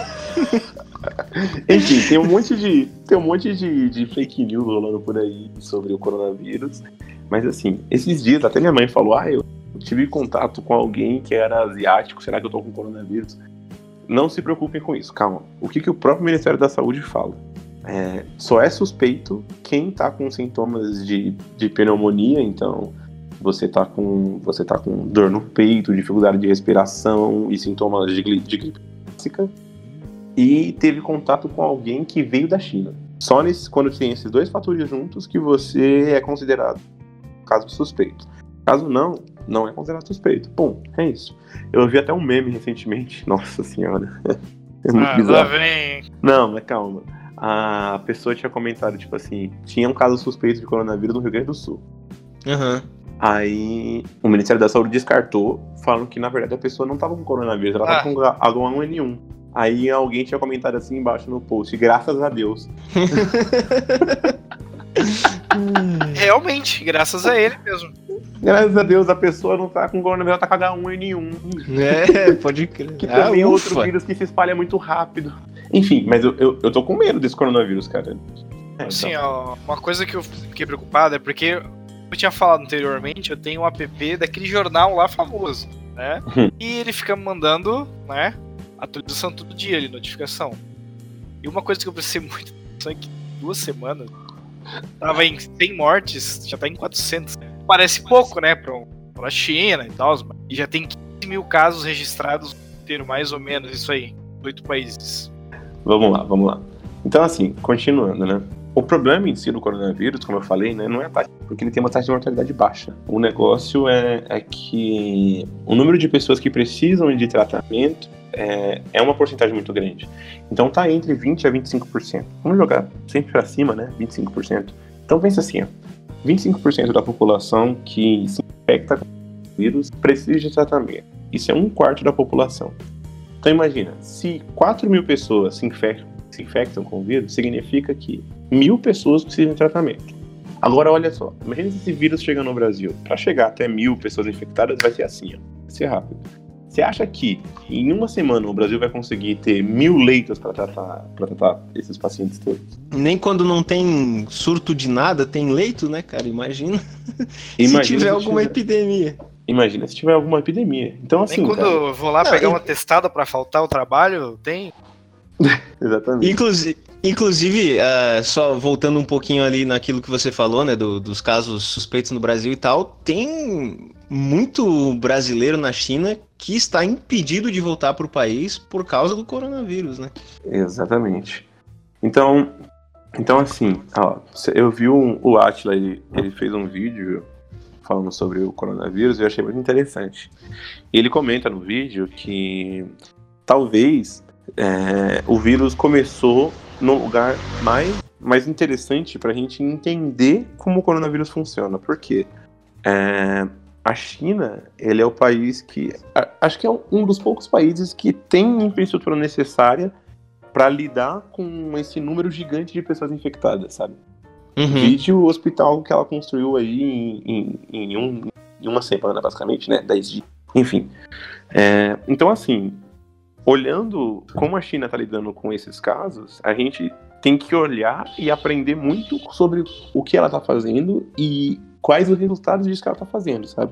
Enfim, tem um monte de, tem um monte de, de fake news rolando por aí sobre o coronavírus. Mas assim, esses dias até minha mãe falou, ah, eu tive contato com alguém que era asiático, será que eu tô com coronavírus? Não se preocupem com isso, calma. O que, que o próprio Ministério da Saúde fala? É, só é suspeito quem tá com sintomas de, de pneumonia, então você tá, com, você tá com dor no peito, dificuldade de respiração e sintomas de, de gripe clássica. E teve contato com alguém que veio da China. Só nesse, quando tem esses dois fatores juntos que você é considerado caso suspeito. Caso não, não é considerado suspeito. Bom, é isso. Eu vi até um meme recentemente. Nossa senhora. É muito ah, bizarro. Lá vem. Não, mas calma. A pessoa tinha comentado, tipo assim, tinha um caso suspeito de coronavírus no Rio Grande do Sul. Aham. Uhum. Aí o Ministério da Saúde descartou, falando que na verdade a pessoa não tava com coronavírus, ela ah. tava com agá um ene um. Aí alguém tinha comentado assim embaixo no post, graças a Deus. Realmente, graças a ele mesmo. Graças a Deus a pessoa não tá com coronavírus, ela tá com agá um ene um. É, pode crer. Que também ah, é outro vírus que se espalha muito rápido. Enfim, mas eu, eu, eu tô com medo desse coronavírus, cara. É, assim, então. ó, uma coisa que eu fiquei preocupado é porque eu tinha falado anteriormente, eu tenho um app daquele jornal lá famoso, né? E ele fica me mandando, né, atualização todo dia ali, notificação. E uma coisa que eu prestei muito atenção é que duas semanas tava em cem mortes, já tá em quatrocentos. Parece pouco, né, pra, pra China e tal, e já tem quinze mil casos registrados no inteiro, mais ou menos, isso aí, oito países. Vamos lá, vamos lá. Então, assim, continuando, né? o problema em si do coronavírus, como eu falei, né, não é a taxa, porque ele tem uma taxa de mortalidade baixa. O negócio é, é que o número de pessoas que precisam de tratamento é, é uma porcentagem muito grande. Então tá entre vinte a vinte e cinco por cento. Vamos jogar sempre pra cima, né? vinte e cinco por cento. Então pensa assim, ó, vinte e cinco por cento da população que se infecta com o vírus precisa de tratamento. Isso é um quarto da população. Então imagina, se quatro mil pessoas se infectam, se infectam com o vírus, significa que mil pessoas precisam de tratamento. Agora olha só, imagina se esse vírus chega no Brasil. Para chegar até mil pessoas infectadas vai ser assim, ó, vai ser rápido. Você acha que em uma semana o Brasil vai conseguir ter mil leitos para tratar, para tratar esses pacientes todos? Nem quando não tem surto de nada, tem leito, né, cara? Imagina, Imagina se tiver se alguma tiver... epidemia. Imagina se tiver alguma epidemia. Então, assim, Nem quando cara... eu vou lá Não, pegar eu- uma testada pra faltar o trabalho, tem. Exatamente. Inclusive, inclusive uh, só voltando um pouquinho ali naquilo que você falou, né, do, dos casos suspeitos no Brasil e tal, tem muito brasileiro na China que está impedido de voltar para o país por causa do coronavírus, né? Exatamente. Então, então assim, ó, eu vi um, o Atila, ele, ele fez um vídeo falando sobre o coronavírus e eu achei muito interessante. Ele comenta no vídeo que talvez é, o vírus começou num lugar mais, mais interessante para a gente entender como o coronavírus funciona. Por quê? É, a China, ele é o país que... a, acho que é um dos poucos países que tem infraestrutura necessária para lidar com esse número gigante de pessoas infectadas, sabe? Uhum. Vídeo o hospital que ela construiu aí em, em, em, um, em uma semana, basicamente, né? dez dias. Enfim. É, então, assim, olhando como a China está lidando com esses casos, a gente tem que olhar e aprender muito sobre o que ela está fazendo e quais os resultados disso que ela está fazendo, sabe?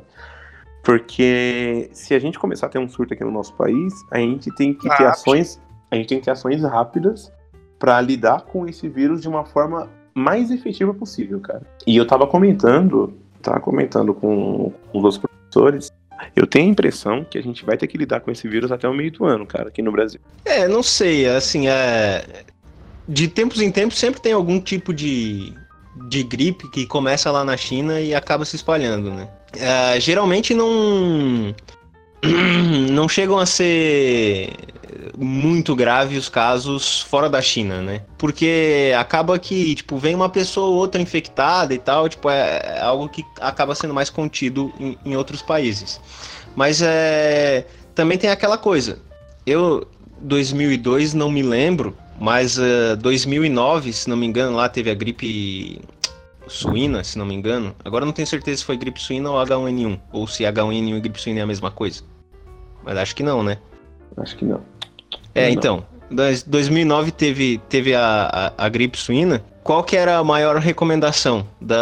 Porque se a gente começar a ter um surto aqui no nosso país, a gente tem que ter Ah, ações, a gente tem que ter ações rápidas para lidar com esse vírus de uma forma mais efetiva possível, cara. E eu tava comentando, tava comentando com, com os professores, eu tenho a impressão que a gente vai ter que lidar com esse vírus até o meio do ano, cara, aqui no Brasil. É, não sei, assim, é... de tempos em tempos sempre tem algum tipo de, de gripe que começa lá na China e acaba se espalhando, né? É, geralmente não... não chegam a ser muito graves os casos fora da China, né? Porque acaba que, tipo, vem uma pessoa ou outra infectada e tal, tipo, é, é algo que acaba sendo mais contido em, em outros países. Mas é, também tem aquela coisa, eu, dois mil e dois, não me lembro, mas uh, dois mil e nove, se não me engano, lá teve a gripe suína, se não me engano. Agora não tenho certeza se foi gripe suína ou H um N um, ou se H um N um e gripe suína é a mesma coisa. Mas acho que não, né? Acho que não. É, Não. então, dois mil e nove teve, teve a, a, a gripe suína. Qual que era a maior recomendação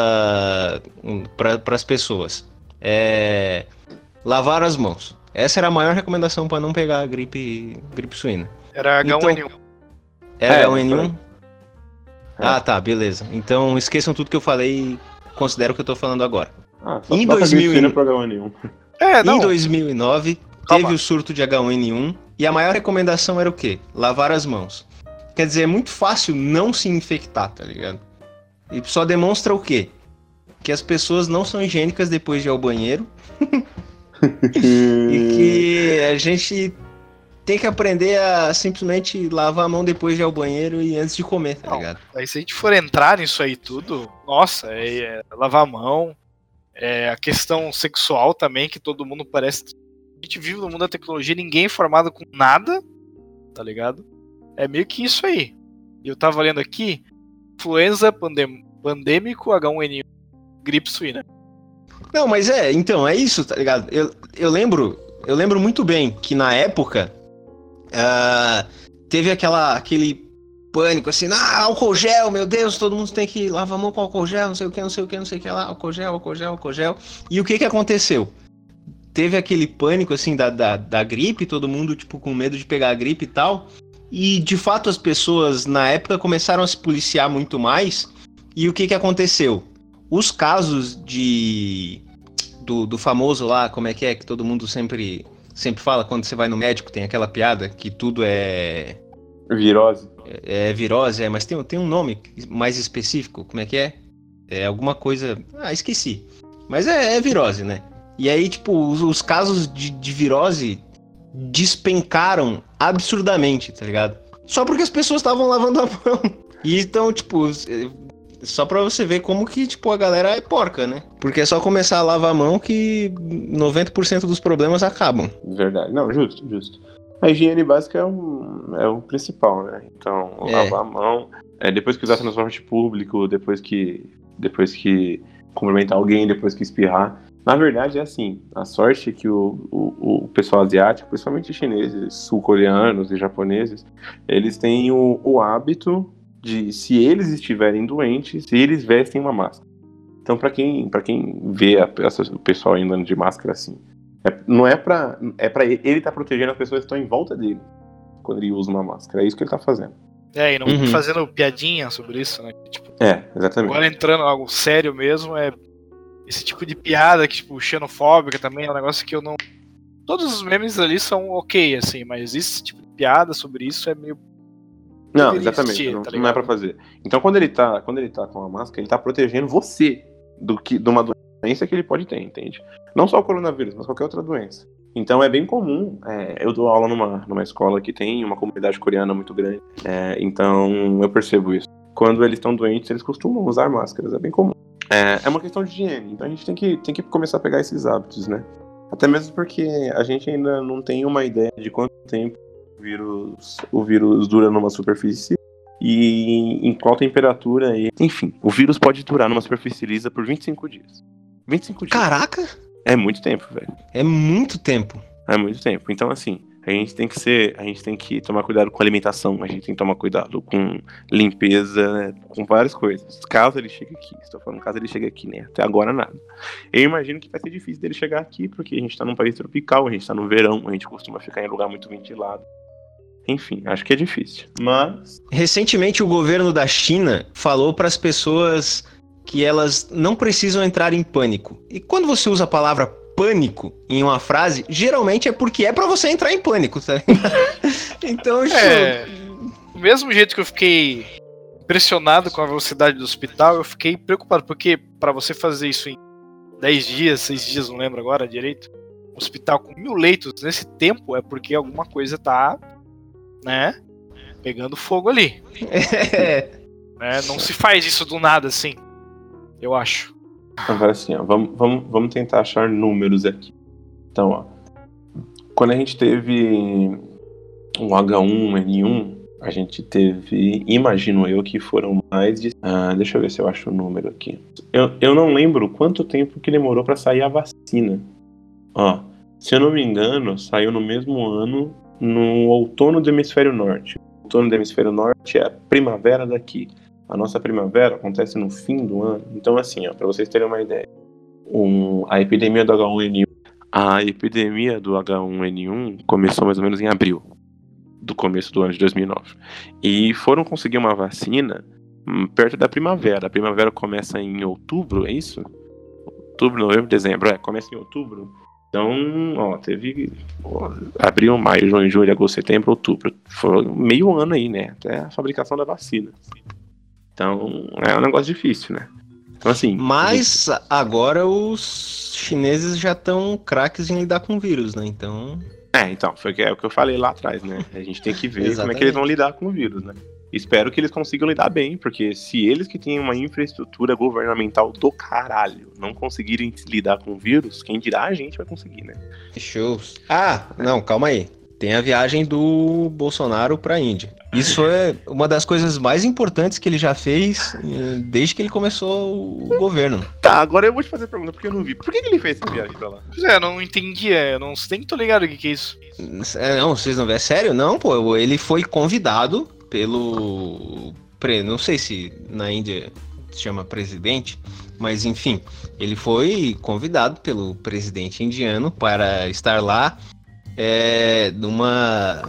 para as pessoas? É, lavar as mãos. Essa era a maior recomendação para não pegar a gripe, gripe suína. Era H um N um. Era É, H um N um? É. Ah, tá, beleza. Então esqueçam tudo que eu falei e consideram o que eu tô falando agora. Ah, só Em troca dois mil e- glicina pro H um N um. É, não. Em dois mil e nove, Calma. teve o surto de H um N um e a maior recomendação era o quê? Lavar as mãos. Quer dizer, é muito fácil não se infectar, tá ligado? E só demonstra o quê? Que as pessoas não são higiênicas depois de ir ao banheiro e que a gente tem que aprender a simplesmente lavar a mão depois de ir ao banheiro e antes de comer, tá Não. ligado? Aí se a gente for entrar nisso aí tudo, nossa, é, é lavar a mão, é a questão sexual também, que todo mundo parece... A gente vive no mundo da tecnologia, ninguém é formado com nada, tá ligado? É meio que isso aí. E eu tava lendo aqui, influenza pandem- pandêmico, H um N um, gripe suína. Não, mas é, então, é isso, tá ligado? Eu, eu lembro, eu lembro muito bem que na época ah, teve aquela, aquele pânico assim, ah, álcool gel, meu Deus, todo mundo tem que lavar a mão com álcool gel, não sei o que, não sei o que, não sei o que lá, álcool gel, álcool gel, álcool gel. E o que que aconteceu? Teve aquele pânico assim da, da, da gripe, todo mundo tipo com medo de pegar a gripe e tal. E de fato as pessoas na época começaram a se policiar muito mais. E o que que aconteceu? Os casos de do, do famoso lá, como é que é, que todo mundo sempre, sempre fala quando você vai no médico, tem aquela piada que tudo é Virose. É, é virose, é, mas tem, tem um nome mais específico, como é que é? É alguma coisa... Ah, esqueci. Mas é, é virose, né? E aí, tipo, os, os casos de, de virose despencaram absurdamente, tá ligado? Só porque as pessoas estavam lavando a mão. E então, tipo, só pra você ver como que, tipo, a galera é porca, né? Porque é só começar a lavar a mão que noventa por cento dos problemas acabam. Verdade. Não, justo, justo. A higiene básica é, um, é o principal, né? Então, É. lavar a mão, é, depois que usar transporte público, depois que, depois que cumprimentar alguém, depois que espirrar. Na verdade, é assim, a sorte é que o, o, o pessoal asiático, principalmente chineses, sul-coreanos e japoneses, eles têm o, o hábito de, se eles estiverem doentes, se eles vestem uma máscara. Então, pra quem, pra quem vê a, a, o pessoal andando de máscara assim, é, não é pra, é pra ele, ele tá protegendo as pessoas que estão em volta dele quando ele usa uma máscara. É isso que ele tá fazendo. É, e não Uhum. fazendo piadinha sobre isso, né? Tipo, É, exatamente. agora entrando em algo sério mesmo, é esse tipo de piada que, tipo, xenofóbica também é um negócio que eu não... Todos os memes ali são ok, assim, mas esse tipo de piada sobre isso é meio... Não, deveria exatamente, existir, não, tá não é ligado? pra fazer. Então, quando ele tá, quando ele tá com a máscara, ele tá protegendo você do que, de uma doença que ele pode ter, entende? Não só o coronavírus, mas qualquer outra doença. Então, é bem comum. É, eu dou aula numa, numa escola que tem uma comunidade coreana muito grande, é, então eu percebo isso. Quando eles estão doentes, eles costumam usar máscaras, é bem comum. É, é uma questão de higiene, então a gente tem que, tem que começar a pegar esses hábitos, né? Até mesmo porque a gente ainda não tem uma ideia de quanto tempo o vírus, o vírus dura numa superfície e em qual temperatura. E... Enfim, o vírus pode durar numa superfície lisa por vinte e cinco dias. vinte e cinco dias. Caraca! É muito tempo, velho. É muito tempo. É muito tempo. Então, assim, a gente tem que ser, a gente tem que tomar cuidado com a alimentação, a gente tem que tomar cuidado com limpeza, né, com várias coisas. Caso ele chegue aqui, estou falando caso ele chegue aqui, né? Até agora nada. Eu imagino que vai ser difícil dele chegar aqui, porque a gente tá num país tropical, a gente tá no verão, a gente costuma ficar em lugar muito ventilado. Enfim, acho que é difícil. Mas... Recentemente o governo da China falou para as pessoas que elas não precisam entrar em pânico. E quando você usa a palavra pânico em uma frase, geralmente é porque é pra você entrar em pânico, tá? Então, É, do mesmo jeito que eu fiquei impressionado com a velocidade do hospital, eu fiquei preocupado, porque pra você fazer isso em dez dias, seis dias, não lembro agora direito, um hospital com mil leitos nesse tempo, é porque alguma coisa tá, né, pegando fogo ali. é. Né? Não se faz isso do nada, assim, eu acho. Agora assim, ó, vamos, vamos, vamos tentar achar números aqui. Então, ó, quando a gente teve o H um N um, a gente teve, imagino eu, que foram mais de... Ah, deixa eu ver se eu acho o número aqui. Eu, eu não lembro quanto tempo que demorou para sair a vacina. Ó, se eu não me engano, saiu no mesmo ano, no outono do hemisfério norte. O outono do hemisfério norte é a primavera daqui. A nossa primavera acontece no fim do ano. Então, assim, ó, para vocês terem uma ideia, um, a epidemia do H um N um, a epidemia do H um N um começou mais ou menos em abril do começo do ano de dois mil e nove. E foram conseguir uma vacina hum, perto da primavera. A primavera começa em outubro, é isso? Outubro, novembro, dezembro. É, começa em outubro. Então, ó, teve ó, abril, maio, junho, julho, agosto, setembro, outubro. Foi meio ano aí, né? Até a fabricação da vacina. Então, é um negócio difícil, né? Então, assim... Mas gente... agora os chineses já estão craques em lidar com vírus, né? Então... É, então, foi é o que eu falei lá atrás, né? A gente tem que ver como é que eles vão lidar com o vírus, né? Espero que eles consigam lidar bem, porque se eles que têm uma infraestrutura governamental do caralho não conseguirem lidar com o vírus, quem dirá a gente vai conseguir, né? Show. Ah, não, calma aí. Tem a viagem do Bolsonaro pra Índia. Isso é uma das coisas mais importantes que ele já fez desde que ele começou o governo. Tá, agora eu vou te fazer a pergunta, porque eu não vi. Por que, que ele fez essa viagem pra lá? Pois é, eu não entendi, eu não nem tô ligado o que, que é isso. É, não, vocês não vê? É sério? Não, pô, ele foi convidado pelo... Não sei se na Índia se chama presidente, mas enfim, ele foi convidado pelo presidente indiano para estar lá é, numa...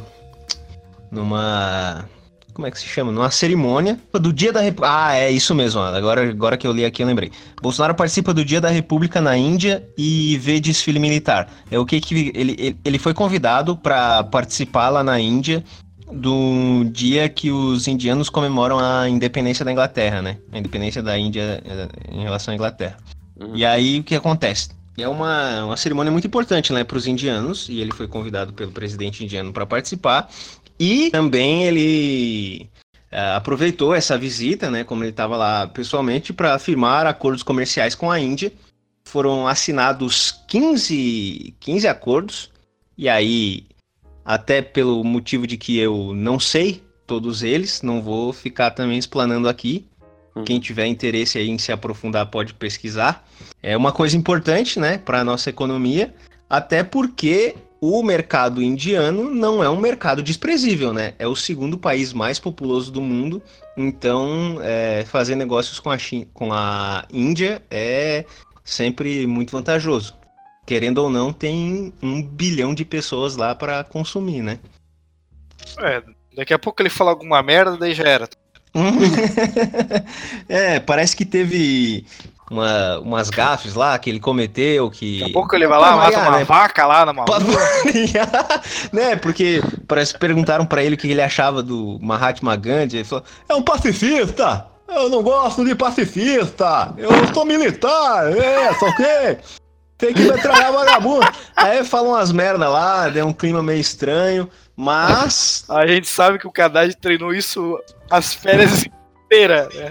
numa... como é que se chama? Numa cerimônia do Dia da República. Ah, é isso mesmo. Agora, agora que eu li aqui, eu lembrei. Bolsonaro participa do Dia da República na Índia e vê desfile militar. É o que que ele, ele, ele foi convidado para participar lá na Índia do dia que os indianos comemoram a independência da Inglaterra, né? A independência da Índia em relação à Inglaterra. Uhum. E aí, o que acontece? É uma, uma cerimônia muito importante, né, para os indianos, e ele foi convidado pelo presidente indiano para participar, e também ele uh, aproveitou essa visita, né, como ele estava lá pessoalmente, para firmar acordos comerciais com a Índia. Foram assinados quinze, quinze acordos, e aí... Até pelo motivo de que eu não sei todos eles, não vou ficar também explanando aqui. Hum. Quem tiver interesse aí em se aprofundar pode pesquisar. É uma coisa importante, né, para a nossa economia, até porque o mercado indiano não é um mercado desprezível, né? É o segundo país mais populoso do mundo, então é, fazer negócios com a, China, com a Índia é sempre muito vantajoso. Querendo ou não, tem um bilhão de pessoas lá pra consumir, né? É, daqui a pouco ele fala alguma merda, daí já era. É, parece que teve uma, umas gafes lá que ele cometeu, que... Daqui a pouco ele vai lá, mata uma né? vaca lá na maluca. Né, porque parece que perguntaram pra ele o que ele achava do Mahatma Gandhi, ele falou, é um pacifista, eu não gosto de pacifista, eu sou militar, é, só que... Tem que metralhar vagabundo. Aí falam umas merda lá, deu um clima meio estranho, mas... A gente sabe que o Haddad treinou isso as férias inteiras, né?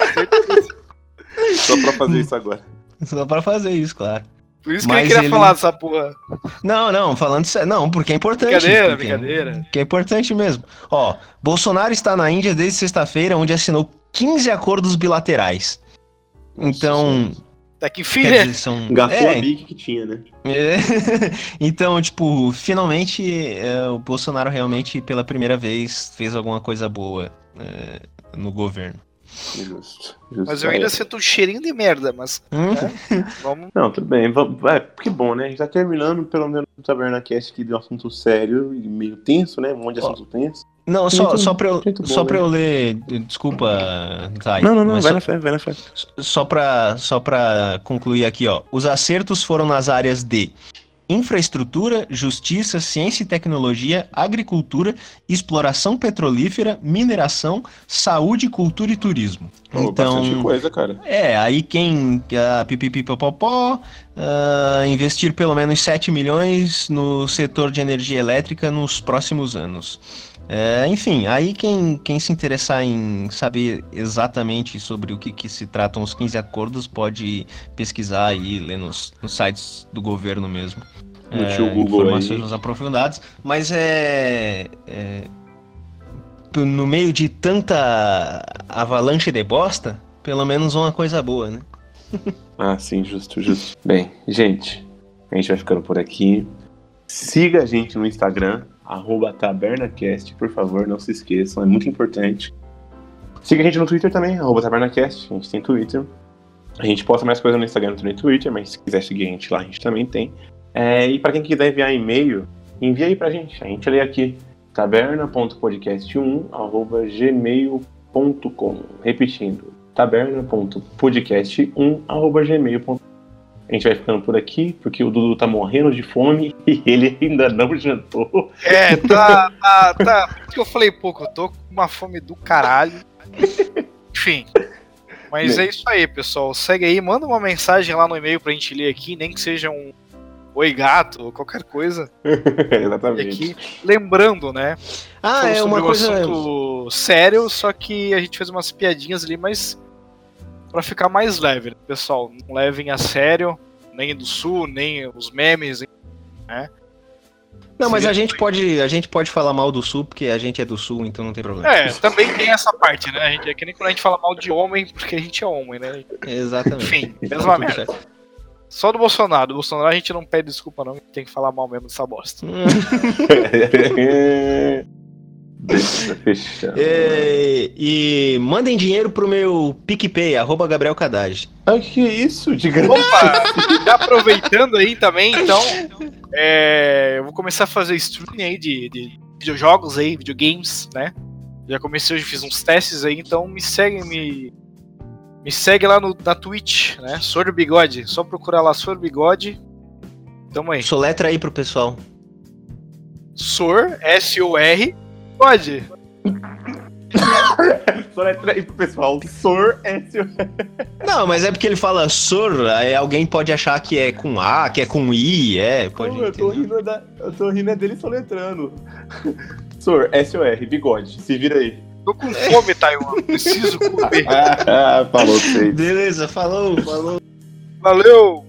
Só pra fazer isso agora. Só pra fazer isso, claro. Por isso que mas ele queria ele... falar dessa porra. Não, não, falando sério. Não, porque é importante. Brincadeira, porque, brincadeira. Porque é importante mesmo. Ó, Bolsonaro está na Índia desde sexta-feira, onde assinou quinze acordos bilaterais. Então... Até que enfim, né? São... Gastou é, a bique que tinha, né? É. Então, tipo, finalmente é, o Bolsonaro realmente, pela primeira vez, fez alguma coisa boa é, no governo. Justo, justo. Mas eu ainda sinto um cheirinho de merda, mas... Hum? É, vamos... Não, tudo bem. Vamos... É, que bom, né? A gente tá terminando, pelo menos, o TabernaCast aqui de um assunto sério e meio tenso, né? Um monte de assunto oh. tenso. Não, só, muito, só, pra eu, bom, só né? pra eu ler... Desculpa, Thay. Não, não, não. Vai só, na fé, vai na fé. Só pra, só pra concluir aqui, ó. Os acertos foram nas áreas de... infraestrutura, justiça, ciência e tecnologia, agricultura, exploração petrolífera, mineração, saúde, cultura e turismo. Oh, então, bastante coisa, cara. É, aí quem uh, pipipipopopó, uh, investir pelo menos sete milhões no setor de energia elétrica nos próximos anos. É, enfim, aí quem, quem se interessar em saber exatamente sobre o que, que se tratam os quinze acordos pode pesquisar aí, ler nos, nos sites do governo mesmo. No é, tio Google informações aí. aprofundadas, mas é, é no meio de tanta avalanche de bosta, pelo menos uma coisa boa, né? Ah, sim, justo, justo. Bem, gente, a gente vai ficando por aqui. Siga a gente no Instagram, arroba TabernaCast, por favor, não se esqueçam, é muito importante. Siga a gente no Twitter também, arroba TabernaCast, a gente tem Twitter. A gente posta mais coisa no Instagram do que no Twitter, mas se quiser seguir a gente lá, a gente também tem. É, e para quem quiser enviar e-mail, envia aí pra gente, a gente lê aqui, taberna ponto podcast um arroba gmail ponto com. Repetindo, taberna ponto podcast um arroba gmail ponto com. A gente vai ficando por aqui, porque o Dudu tá morrendo de fome e ele ainda não jantou. É, tá, tá, tá. Por isso que eu falei pouco, eu tô com uma fome do caralho. Enfim. Mas Bem. É isso aí, pessoal. Segue aí, manda uma mensagem lá no e-mail pra gente ler aqui, nem que seja um oi gato ou qualquer coisa. Exatamente. Aqui, lembrando, né? Ah, é uma um coisa assunto sério, só que a gente fez umas piadinhas ali, mas pra ficar mais leve, né, pessoal? Não levem a sério, nem do Sul, nem os memes, né? Não, mas a gente, pode, a gente pode falar mal do Sul, porque a gente é do Sul, então não tem problema. É, também tem essa parte, né? A gente, é que nem quando a gente fala mal de homem, porque a gente é homem, né? Exatamente. Enfim, mesma merda. Só do Bolsonaro. Do Bolsonaro a gente não pede desculpa, não. A gente tem que falar mal mesmo dessa bosta. Deixa fechar. É, e mandem dinheiro pro meu PicPay, arroba Gabriel Haddad. Ah, que isso? De graça. Opa! Já aproveitando aí também, então, é, eu vou começar a fazer streaming aí de, de videojogos aí, videogames, né? Já comecei, hoje fiz uns testes aí, então me segue, me, me segue lá no, na Twitch, né? Sor Bigode, só procurar lá Sor Bigode. Tamo aí. Soletra aí pro pessoal. Sor, S O R Pode. Só letra aí pro pessoal. Sor S O R. Não, mas é porque ele fala Sor, aí alguém pode achar que é com A, que é com I, é, pode Não, eu tô entender. rindo da, eu tô rindo é dele soletrando. Sor S O R, bigode. Se vira aí. Tô com fome, Taiwan. Preciso comer. Ah, falou pra vocês. Beleza, falou, falou. Valeu!